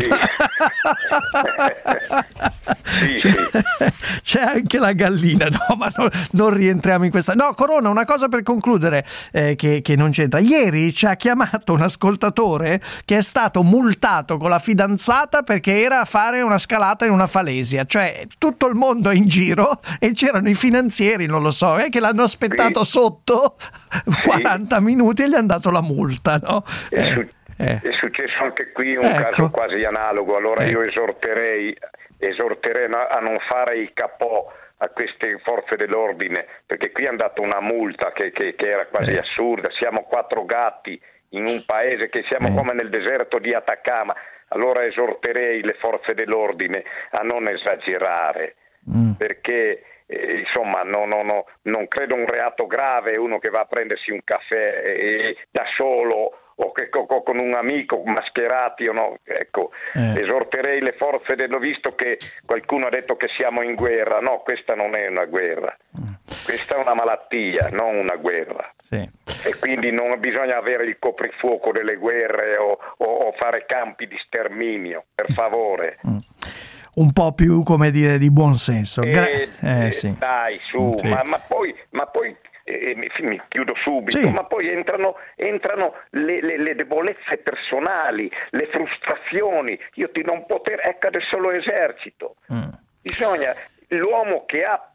Sì. C'è anche la gallina, no, ma non rientriamo in questa. No, Corona, una cosa per concludere che non c'entra. Ieri ci ha chiamato un ascoltatore che è stato multato con la fidanzata perché era a fare una scalata in una falesia, cioè tutto il mondo è in giro e c'erano i finanzieri, non lo so, che l'hanno aspettato sotto 40 minuti e gli hanno dato la multa, no? È successo anche qui un caso quasi analogo, allora io esorterei a non fare i capò a queste forze dell'ordine, perché qui hanno dato una multa che era quasi assurda. Siamo 4 gatti in un paese che siamo come nel deserto di Atacama, allora esorterei le forze dell'ordine a non esagerare, perché insomma non credo un reato grave uno che va a prendersi un caffè da solo o che con un amico mascherati o no, esorterei le forze visto che qualcuno ha detto che siamo in guerra, no, questa non è una guerra, questa è una malattia, non una guerra. E quindi non bisogna avere il coprifuoco delle guerre o fare campi di sterminio, per favore. Un po' più, come dire, di buon senso. Sì. Dai, su, sì. ma poi mi chiudo subito, sì. Ma poi entrano le debolezze personali, le frustrazioni. Non poter, adesso lo esercito. Bisogna, l'uomo che ha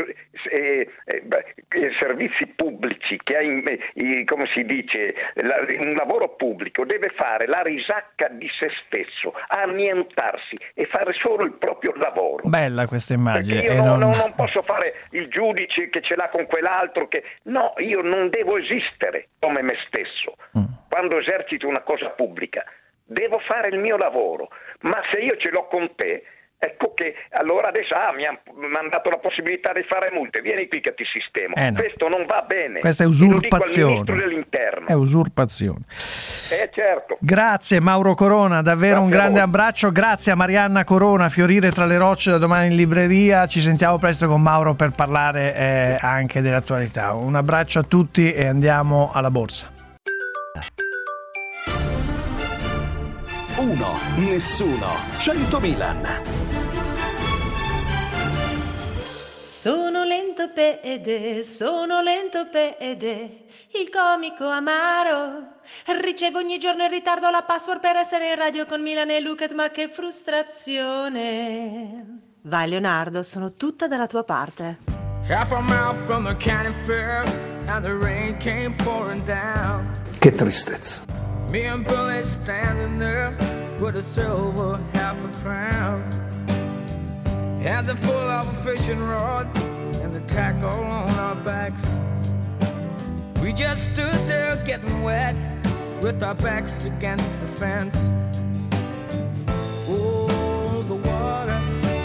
servizi pubblici, che ha come si dice un lavoro pubblico, deve fare la risacca di se stesso, annientarsi e fare solo il proprio lavoro. Bella questa immagine. Perché io non posso fare il giudice che ce l'ha con quell'altro, no, io non devo esistere come me stesso. Quando esercito una cosa pubblica devo fare il mio lavoro, ma se io ce l'ho con te, ecco che allora adesso mi hanno dato la possibilità di fare multe, vieni qui che ti sistemo. No. Questo non va bene. Questa è usurpazione. Lo dico al ministro dell'interno. È usurpazione. Certo. Grazie Mauro Corona, davvero un grande abbraccio. Grazie a Marianna Corona, Fiorire tra le rocce, da domani in libreria. Ci sentiamo presto con Mauro per parlare anche dell'attualità. Un abbraccio a tutti e andiamo alla borsa. 1, nessuno, 100 Milan. Sono lento pede, il comico amaro. Ricevo ogni giorno in ritardo la password per essere in radio con Milan e Lucat, ma che frustrazione. Vai Leonardo, sono tutta dalla tua parte. Half a mile from the county fair and the rain came pouring down. Che tristezza. Me and Billy standing there with a silver half a crown. Hands are full of a fishing rod and the tackle on our backs. We just stood there getting wet with our backs against the fence. Oh, the water.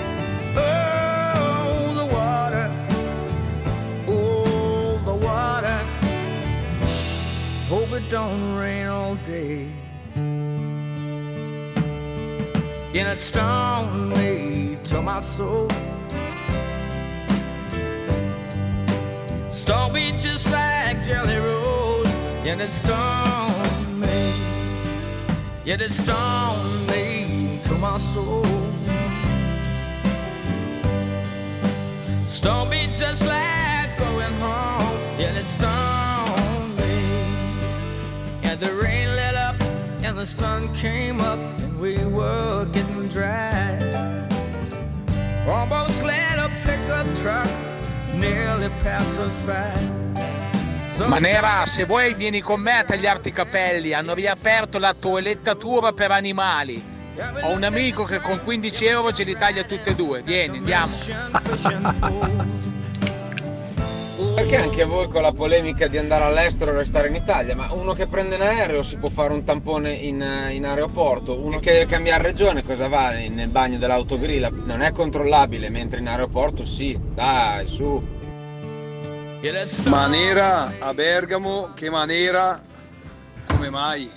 Oh, the water. Oh, the water. Hope it don't rain all day. And it stung me to my soul. Stung me just like Jelly Roll. And it stung me. Yet it stung me to my soul. Stung me just like going home. And it stung me. And the rain let up and the sun came up. We were getting dry. Almost let a pickup truck nearly pass us by. Manera, se vuoi vieni con me a tagliarti i capelli, hanno riaperto la toelettatura per animali. Ho un amico che con 15 euro ce li taglia tutte e due, vieni, andiamo. Perché anche voi con la polemica di andare all'estero o restare in Italia? Ma uno che prende un aereo si può fare un tampone in aeroporto, uno che deve cambiare regione cosa va nel bagno dell'autogrill? Non è controllabile, mentre in aeroporto sì, dai, su. Manera a Bergamo, che Manera, come mai?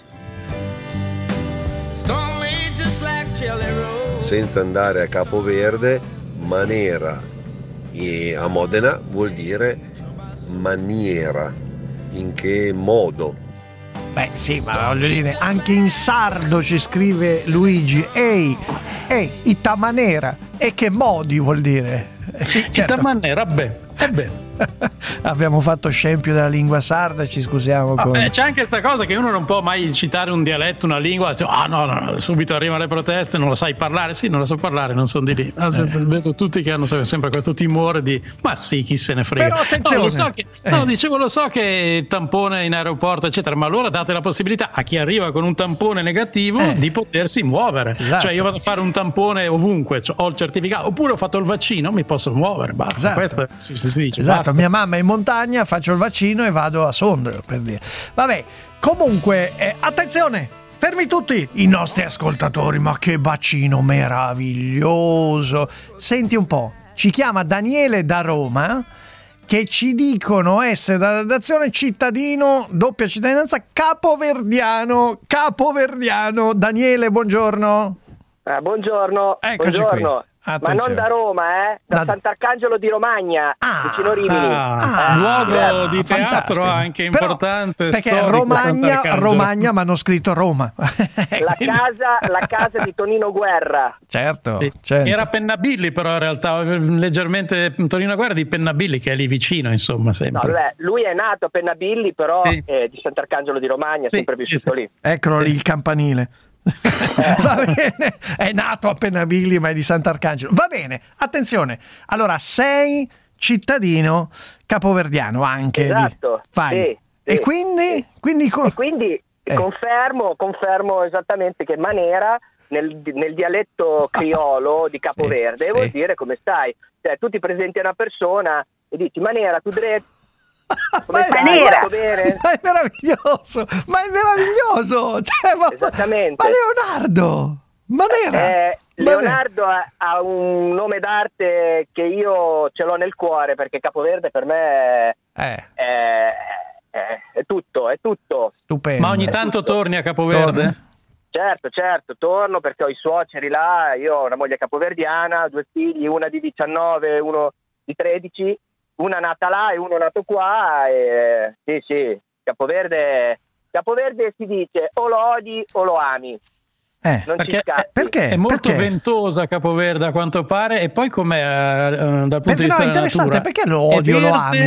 Senza andare a Capoverde, Manera e a Modena vuol dire maniera. In che modo? Beh sì, ma voglio dire, anche in sardo ci scrive Luigi, ehi, ita manera, e che modi vuol dire? Sì, certo. Ita manera, beh. Abbiamo fatto scempio della lingua sarda, ci scusiamo. C'è anche questa cosa che uno non può mai citare un dialetto, una lingua, no, subito arrivano le proteste, non la sai parlare. Sì, non la so parlare, non sono di lì. Vedo tutti che hanno sempre questo timore di ma sì, chi se ne frega. Però attenzione. Lo so che tampone in aeroporto eccetera, ma allora date la possibilità a chi arriva con un tampone negativo di potersi muovere. Esatto. Cioè io vado a fare un tampone ovunque, ho il certificato, oppure ho fatto il vaccino, mi posso muovere, basta. Esatto. Questo si dice. Esatto, basta. mia mamma è in montagna, faccio il vaccino e vado a Sondrio, per dire. Vabbè, comunque, attenzione, fermi tutti i nostri ascoltatori, ma che bacino meraviglioso. Senti un po', ci chiama Daniele da Roma, che ci dicono essere dalla redazione cittadino, doppia cittadinanza, capoverdiano. Daniele, buongiorno. Buongiorno. Eccoci buongiorno. Qui. Ma non da Roma, da Sant'Arcangelo di Romagna, vicino Rimini. Luogo di teatro fantastico. Anche importante. Però, perché Romagna, ma hanno scritto Roma. La casa di Tonino Guerra. Certo, sì. certo. Era Pennabilli, però in realtà leggermente Tonino Guerra di Pennabilli, che è lì vicino, insomma, sempre. No, lui è nato a Pennabilli, però è di Sant'Arcangelo di Romagna, sempre vissuto lì. Eccolo lì il campanile. Va bene, è nato a Pennabilli ma è di Sant'Arcangelo. Va bene, attenzione. Allora, sei cittadino capoverdiano anche. Esatto. Sì. E quindi confermo esattamente che Manera nel dialetto criolo di Capoverde vuol dire come stai. Cioè, tu ti presenti a una persona e dici Manera, tu dretto. Ma è meraviglioso, cioè, esattamente. Ma Leonardo Manera Leonardo ha un nome d'arte che io ce l'ho nel cuore, perché Capoverde per me è tutto stupendo. Ma ogni tanto torni a Capoverde? Certo, torno perché ho i suoceri là, io ho una moglie capoverdiana, 2 figli, una di 19 uno di 13, una nata là e uno nato qua, e sì, Capoverde si dice o lo odi o lo ami. Non ci scappi. Perché? È molto ventosa Capoverde a quanto pare, e poi com'è dal punto di vista della natura? Perché lo odi o lo ami?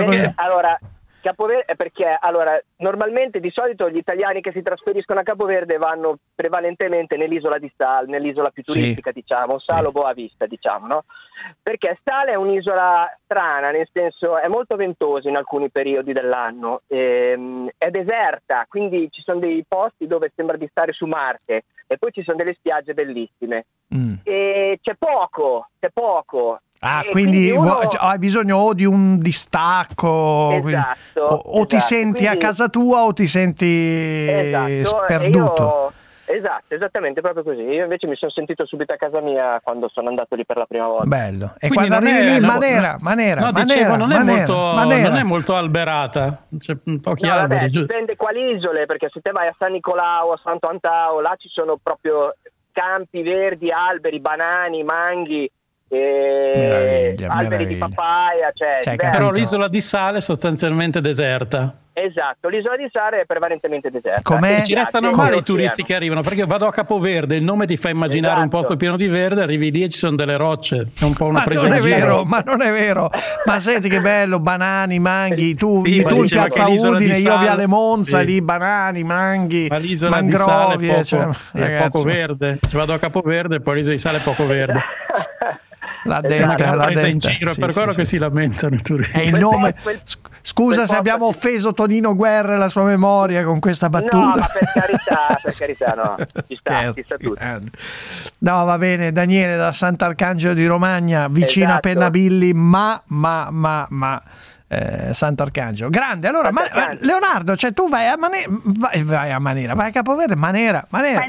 Allora, normalmente di solito gli italiani che si trasferiscono a Capoverde vanno prevalentemente nell'isola di Sal, nell'isola più turistica, diciamo, Sal o Boa Vista, diciamo, no? Perché Sal è un'isola strana, nel senso è molto ventosa in alcuni periodi dell'anno, è deserta, quindi ci sono dei posti dove sembra di stare su Marte, e poi ci sono delle spiagge bellissime. E c'è poco. Quindi hai bisogno di un distacco, esatto, o ti senti a casa tua o ti senti sperduto. Esattamente, proprio così. Io invece mi sono sentito subito a casa mia quando sono andato lì per la prima volta. Bello. E quando arrivi lì, Manera. Non è molto alberata. C'è pochi alberi. Dipende quali isole, perché se te vai a San Nicolao, a Santo Antao, là ci sono proprio campi verdi, alberi, banani, manghi. Alberi di papaya, però l'isola di Sal è sostanzialmente deserta. Esatto, l'isola di Sal è prevalentemente deserta. Com'è? Ci restano male i turisti che arrivano, perché io vado a Capoverde, il nome ti fa immaginare un posto pieno di verde, arrivi lì e ci sono delle rocce, è un po' una presa in giro. Ma non è vero, ma senti che bello, banani, manghi, tu in piazza Udine, io Viale Monza, lì banani, manghi, ma l'isola di Sal è poco verde. Ci vado a Capoverde e poi l'isola di Sal è poco verde. L'ha detta in giro, sì, per quello che si lamentano i turisti. È il nome. Scusa se abbiamo offeso Tonino Guerra e la sua memoria con questa battuta. No, ma per carità, no. Ci sta tutto. No, va bene, Daniele da Sant'Arcangelo di Romagna, vicino a Pennabilli, ma Sant'Arcangelo. Grande. Allora, Leonardo, cioè tu vai a Manera, vai a Capoverde, Manera.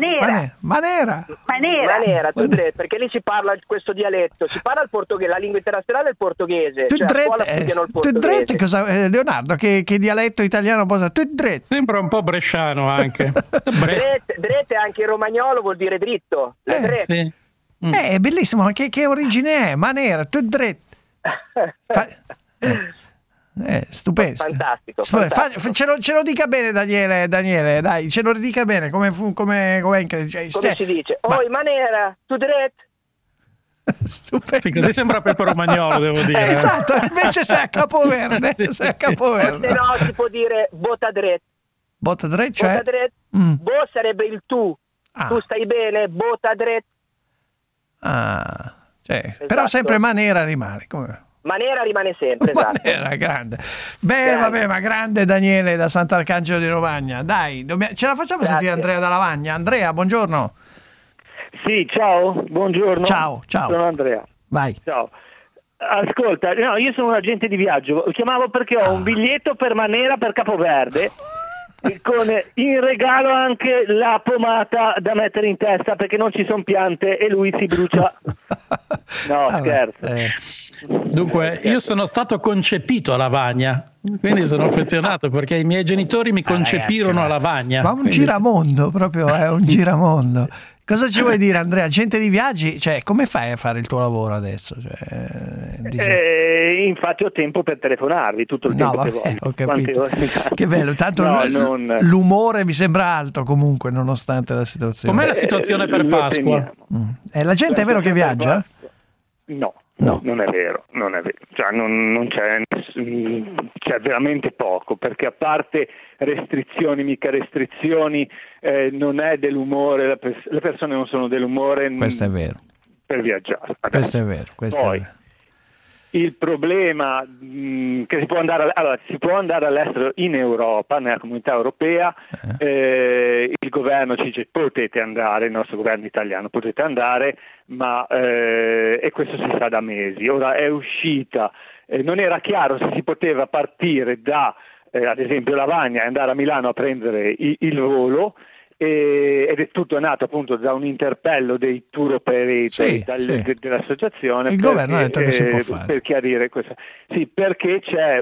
Tu perché lì si parla questo dialetto, si parla il portoghese, la lingua internazionale è il portoghese. Leonardo, che dialetto italiano posa? Sembra un po' bresciano anche. Dret è anche in romagnolo, vuol dire dritto. Sì. È bellissimo, ma che origine è? Manera, tu dret. Stupendo. Fantastico. Ce lo dica bene Daniele, dai, ce lo dica bene come si dice? Manera, tu dret. Stupendo. Sì, così sembra Pepe Romagnolo, devo dire. Esatto, invece sei a Capoverde. Se no si può dire bota dret. Bota dret, cioè? Bota dret. Bo sarebbe il tu. Tu stai bene, bota dret. Esatto. Però sempre Manera rimane. Come? Manera rimane sempre, esatto. Manera, grande. Bene, vabbè, ma grande Daniele da Sant'Arcangelo di Romagna. Dai, ce la facciamo sentire Andrea da Lavagna. Andrea, buongiorno. Sì, ciao, buongiorno. Ciao. Sono Andrea. Vai. Ciao. Ascolta, no, io sono un agente di viaggio. Chiamavo perché ho un biglietto per Manera per Capoverde con in regalo anche la pomata da mettere in testa perché non ci sono piante e lui si brucia. No, scherzo. Dunque, io sono stato concepito a Lavagna, quindi sono affezionato perché i miei genitori mi concepirono a Lavagna. Ma giramondo, proprio è un giramondo. Cosa ci vuoi dire, Andrea? Gente di viaggi, cioè, come fai a fare il tuo lavoro adesso? Infatti ho tempo per telefonarvi tutto il tempo che voglio. Ho capito. Che bello, tanto l'umore mi sembra alto comunque, nonostante la situazione. Com'è la situazione per Pasqua? La gente è vero che viaggia? No, non è vero. Cioè, non c'è veramente poco, perché a parte mica restrizioni, non è dell'umore, le persone non sono dell'umore. Questo è vero. Per viaggiare. Questo è vero. Poi, il problema che si può andare all'estero in Europa, nella comunità europea, il governo ci dice potete andare, il nostro governo italiano potete andare, ma e questo si sa da mesi. Ora è uscita, non era chiaro se si poteva partire da ad esempio Lavagna e andare a Milano a prendere il volo, ed è tutto nato appunto da un interpello dei tour operator dell'associazione. Il governo ha detto che si può fare. Per chiarire questo. Sì, perché c'è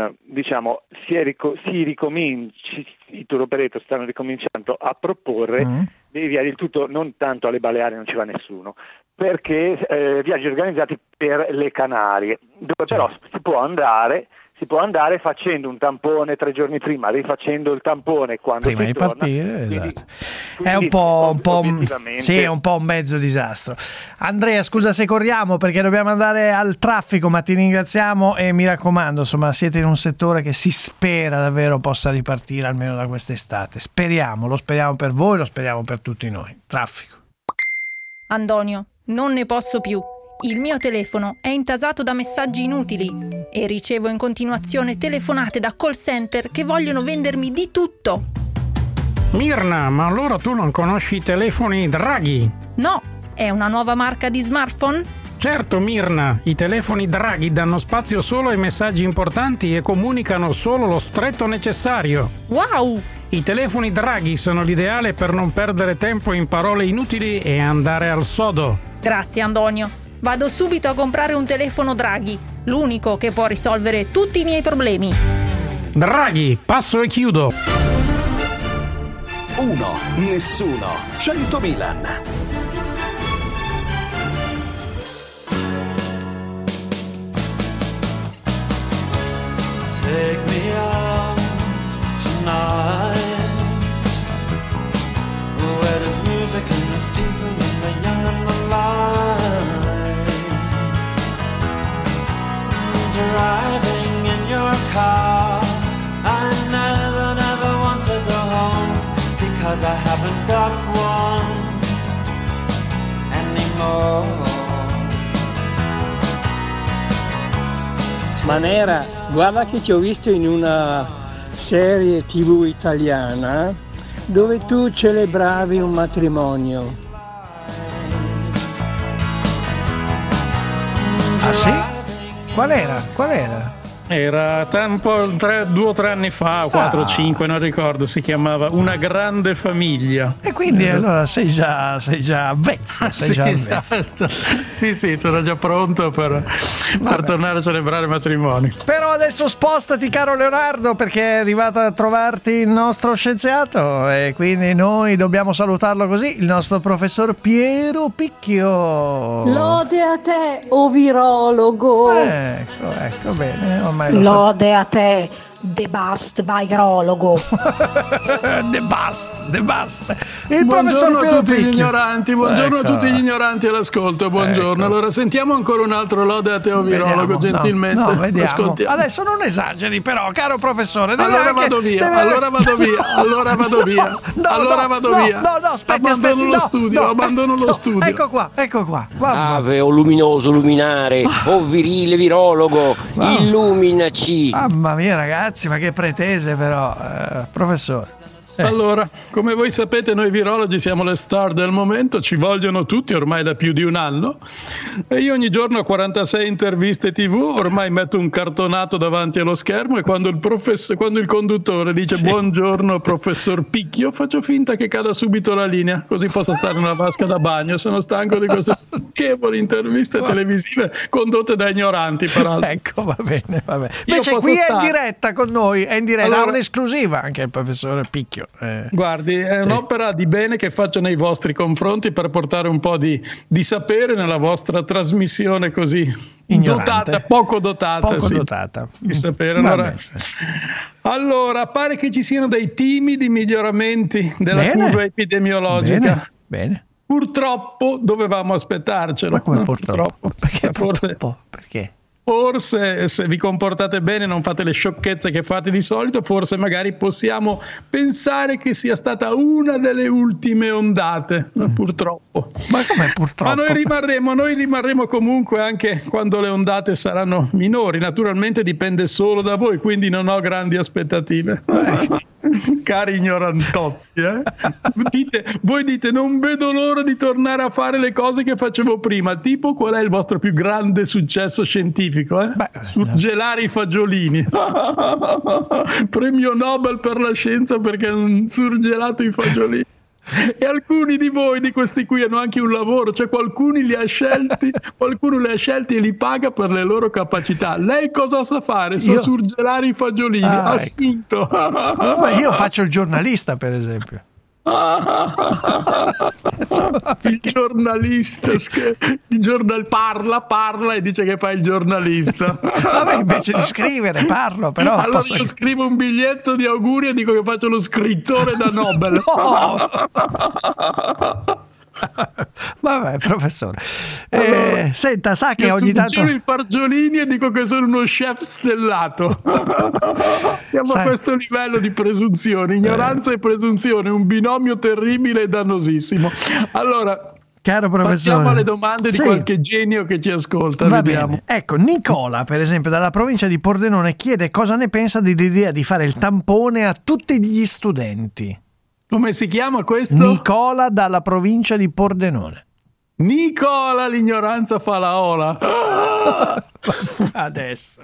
si ricomincia, i tour operator stanno ricominciando a proporre dei viaggi, il tutto non tanto alle Baleari, non ci va nessuno, perché viaggi organizzati per le Canarie, dove però si può andare facendo un tampone 3 giorni prima, rifacendo il tampone quando prima di partire, esatto. È un po' un mezzo disastro. Andrea, scusa se corriamo perché dobbiamo andare al traffico, ma ti ringraziamo e mi raccomando, insomma, siete in un settore che si spera davvero possa ripartire almeno da quest'estate. Lo speriamo per voi, lo speriamo per tutti noi. Traffico. Antonio, non ne posso più. Il mio telefono è intasato da messaggi inutili e ricevo in continuazione telefonate da call center che vogliono vendermi di tutto. Mirna, ma allora tu non conosci i telefoni Draghi? No, è una nuova marca di smartphone? Certo, Mirna, i telefoni Draghi danno spazio solo ai messaggi importanti e comunicano solo lo stretto necessario. Wow! I telefoni Draghi sono l'ideale per non perdere tempo in parole inutili e andare al sodo. Grazie, Antonio. Vado subito a comprare un telefono Draghi, l'unico che può risolvere tutti i miei problemi. Draghi, passo e chiudo. 1, nessuno, 100 Milan. Take me out tonight, where there's music and there's people and the young and the light. Driving in your car, I never want to go home, because I haven't got one anymore. Manera, guarda che ti ho visto in una serie TV italiana dove tu celebravi un matrimonio. Ah sì? Qual era? Era 2 o 3 anni fa, 4 o 5, non ricordo, si chiamava Una grande famiglia. E quindi allora sei già avvezzo. Sì, sono già pronto per tornare a celebrare matrimoni. Però adesso spostati, caro Leonardo, perché è arrivato a trovarti il nostro scienziato e quindi noi dobbiamo salutarlo così, il nostro professor Piero Picchio. Lode a te, o virologo. Ecco bene. Lode a te, The Bust virologo. The Bust. Il buongiorno professor a tutti Picchio. gli ignoranti, buongiorno a tutti gli ignoranti all'ascolto, buongiorno. Allora sentiamo ancora un altro lode a te, o virologo, gentilmente. No, vediamo. Ascoltiamo. Adesso non esageri però, caro professore. Allora vado via. No, aspetti. Abbandono lo studio. Ecco qua. Ave o luminoso luminare, o virile virologo, illuminaci. Mamma mia ragazzi, ma che pretese però, professore. Allora, come voi sapete, noi virologi siamo le star del momento, ci vogliono tutti ormai da più di un anno e io ogni giorno ho 46 interviste TV, ormai metto un cartonato davanti allo schermo e quando il conduttore dice buongiorno professor Picchio, faccio finta che cada subito la linea, così posso stare in una vasca da bagno. Sono stanco di queste stucchevoli interviste televisive condotte da ignoranti, peraltro. Ecco, va bene. Invece qui è in diretta con noi, è in diretta, ha un'esclusiva anche il professore Picchio. Guardi, è un'opera di bene che faccio nei vostri confronti per portare un po' di sapere nella vostra trasmissione così poco dotata. Di sapere. Allora, pare che ci siano dei timidi miglioramenti della curva epidemiologica. Bene. Purtroppo dovevamo aspettarcelo. Ma come purtroppo? Perché? Forse se vi comportate bene, non fate le sciocchezze che fate di solito, forse magari possiamo pensare che sia stata una delle ultime ondate, purtroppo. Ma come purtroppo? Ma noi rimarremo comunque anche quando le ondate saranno minori, naturalmente dipende solo da voi, quindi non ho grandi aspettative. Cari ignorantotti, voi dite non vedo l'ora di tornare a fare le cose che facevo prima, tipo qual è il vostro più grande successo scientifico? Surgelare i fagiolini. Premio Nobel per la scienza perché hanno surgelato i fagiolini. E alcuni di voi, di questi qui, hanno anche un lavoro, cioè qualcuno li ha scelti e li paga per le loro capacità. Lei cosa sa fare? Surgelare i fagiolini. Assunto. Ma io faccio il giornalista, per esempio. Il giornalista parla e dice che fa il giornalista. Vabbè, invece di scrivere parlo, però allora io scrivo un biglietto di auguri e dico che faccio lo scrittore da Nobel. Vabbè, professore, senta, sa che ogni tanto i fagiolini e dico che sono uno chef stellato. Siamo a questo livello di presunzione, ignoranza e presunzione, un binomio terribile e dannosissimo. Allora, caro professore, passiamo alle domande di qualche genio che ci ascolta. Vediamo. Bene. Ecco, Nicola, per esempio, dalla provincia di Pordenone, chiede cosa ne pensa dell'idea di fare il tampone a tutti gli studenti. Come si chiama questo? Nicola, dalla provincia di Pordenone. Nicola, l'ignoranza fa la ola. Adesso.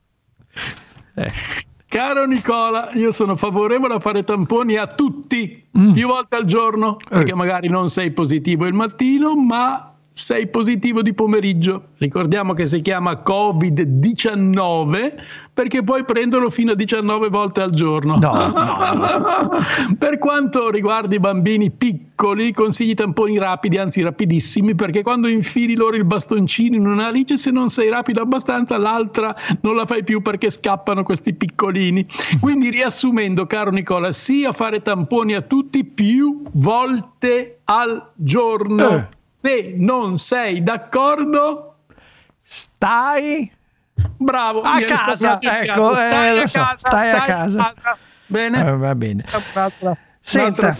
Caro Nicola, io sono favorevole a fare tamponi a tutti, più volte al giorno, perché magari non sei positivo il mattino, ma sei positivo di pomeriggio. Ricordiamo che si chiama Covid-19 perché puoi prenderlo fino a 19 volte al giorno. No. Per quanto riguarda i bambini piccoli, consigli tamponi rapidi, anzi rapidissimi, perché quando infili loro il bastoncino in una narice, se non sei rapido abbastanza, l'altra non la fai più perché scappano questi piccolini. Quindi, riassumendo, caro Nicola, sì a fare tamponi a tutti più volte al giorno. Se non sei d'accordo, stai bravo a casa. Ecco, stai a casa. Bene, va bene. Senta,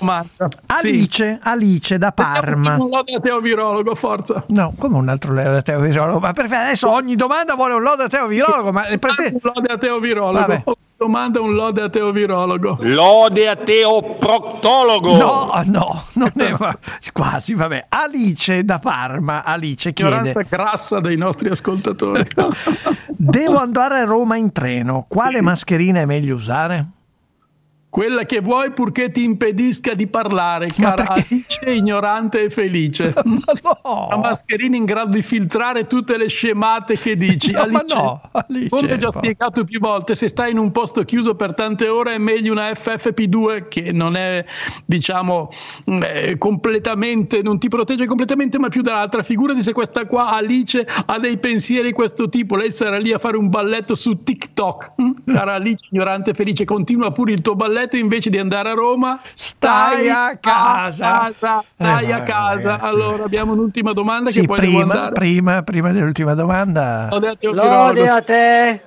Alice da Parma. Un lode a Teo Virologo, forza. No, come un altro lode a Teo Virologo? Ma perché adesso ogni domanda vuole un lode a Teo Virologo? Ma un lode a Teo Virologo. Domanda un lode a Teo Virologo. Lode a Teo Proctologo. No, non è quasi, vabbè. Alice da Parma. Alice chiede: ignoranza grassa dei nostri ascoltatori. Devo andare a Roma in treno. Quale mascherina è meglio usare? Quella che vuoi, purché ti impedisca di parlare, cara Alice, ignorante e felice. Una mascherina in grado di filtrare tutte le scemate che dici. Alice, come ho già spiegato più volte, se stai in un posto chiuso per tante ore è meglio una FFP2, che non è, diciamo, completamente, non ti protegge completamente, ma più dall'altra. Figurati se questa qua, Alice, ha dei pensieri di questo tipo. Lei sarà lì a fare un balletto su TikTok. Cara Alice, ignorante e felice, continua pure il tuo balletto. Invece di andare a Roma, stai a casa. Stai a casa. Ragazzi. Allora abbiamo un'ultima domanda, che poi devo andare. Prima dell'ultima domanda. Lode a te,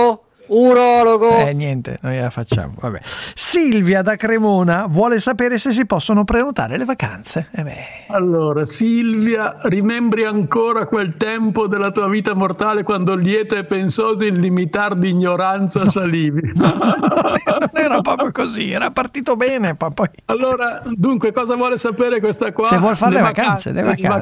urologo. Niente, noi la facciamo. Vabbè. Silvia da Cremona vuole sapere se si possono prenotare le vacanze. Allora, Silvia, rimembri ancora quel tempo della tua vita mortale quando lieta e pensosa in limitar di ignoranza salivi? Non era proprio così, era partito bene. Poi. Allora, dunque, cosa vuole sapere questa qua? Se vuol fare le vacanze.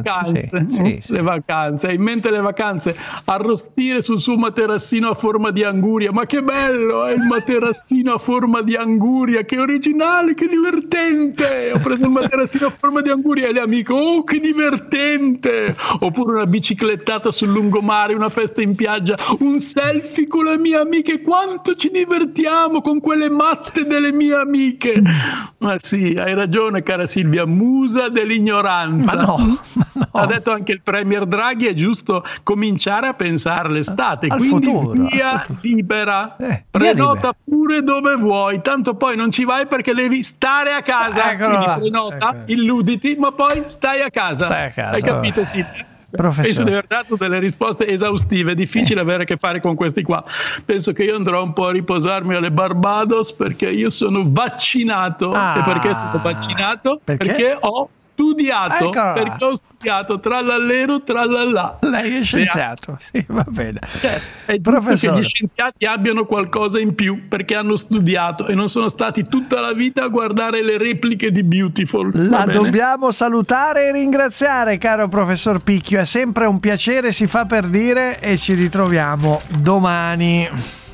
Sì. Le vacanze. Hai in mente le vacanze? Arrostire sul suo materassino a forma di anguria. Ma che bello, è il materassino a forma di anguria, che originale, che divertente. Ho preso il materassino a forma di anguria e le amiche, oh che divertente. Oppure una biciclettata sul lungomare, una festa in piaggia, un selfie con le mie amiche, quanto ci divertiamo con quelle matte delle mie amiche. Ma sì, hai ragione, cara Silvia, musa dell'ignoranza. Ma no. Ha detto anche il premier Draghi, è giusto cominciare a pensare all'estate, quindi via libera. Prenota pure dove vuoi, tanto poi non ci vai perché devi stare a casa. Quindi prenota, illuditi, ma poi stai a casa. Hai capito, Silvia? Penso di aver dato delle risposte esaustive. È difficile avere a che fare con questi qua. Penso che io andrò un po' a riposarmi alle Barbados, perché io sono vaccinato. E perché sono vaccinato? Perché ho studiato. Perché ho studiato trallallero trallallà. Lei è scienziato. Sì, va bene. È giusto che gli scienziati abbiano qualcosa in più, perché hanno studiato e non sono stati tutta la vita a guardare le repliche di Beautiful. La dobbiamo salutare e ringraziare, caro professor Picchio. È sempre un piacere, si fa per dire, e ci ritroviamo domani.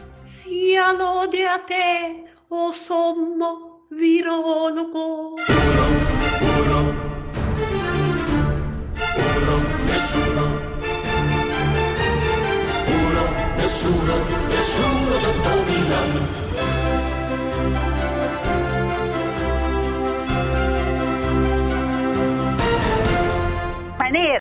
Sia lode a te, o sommo virologo. Nessuno 100.000. Manera.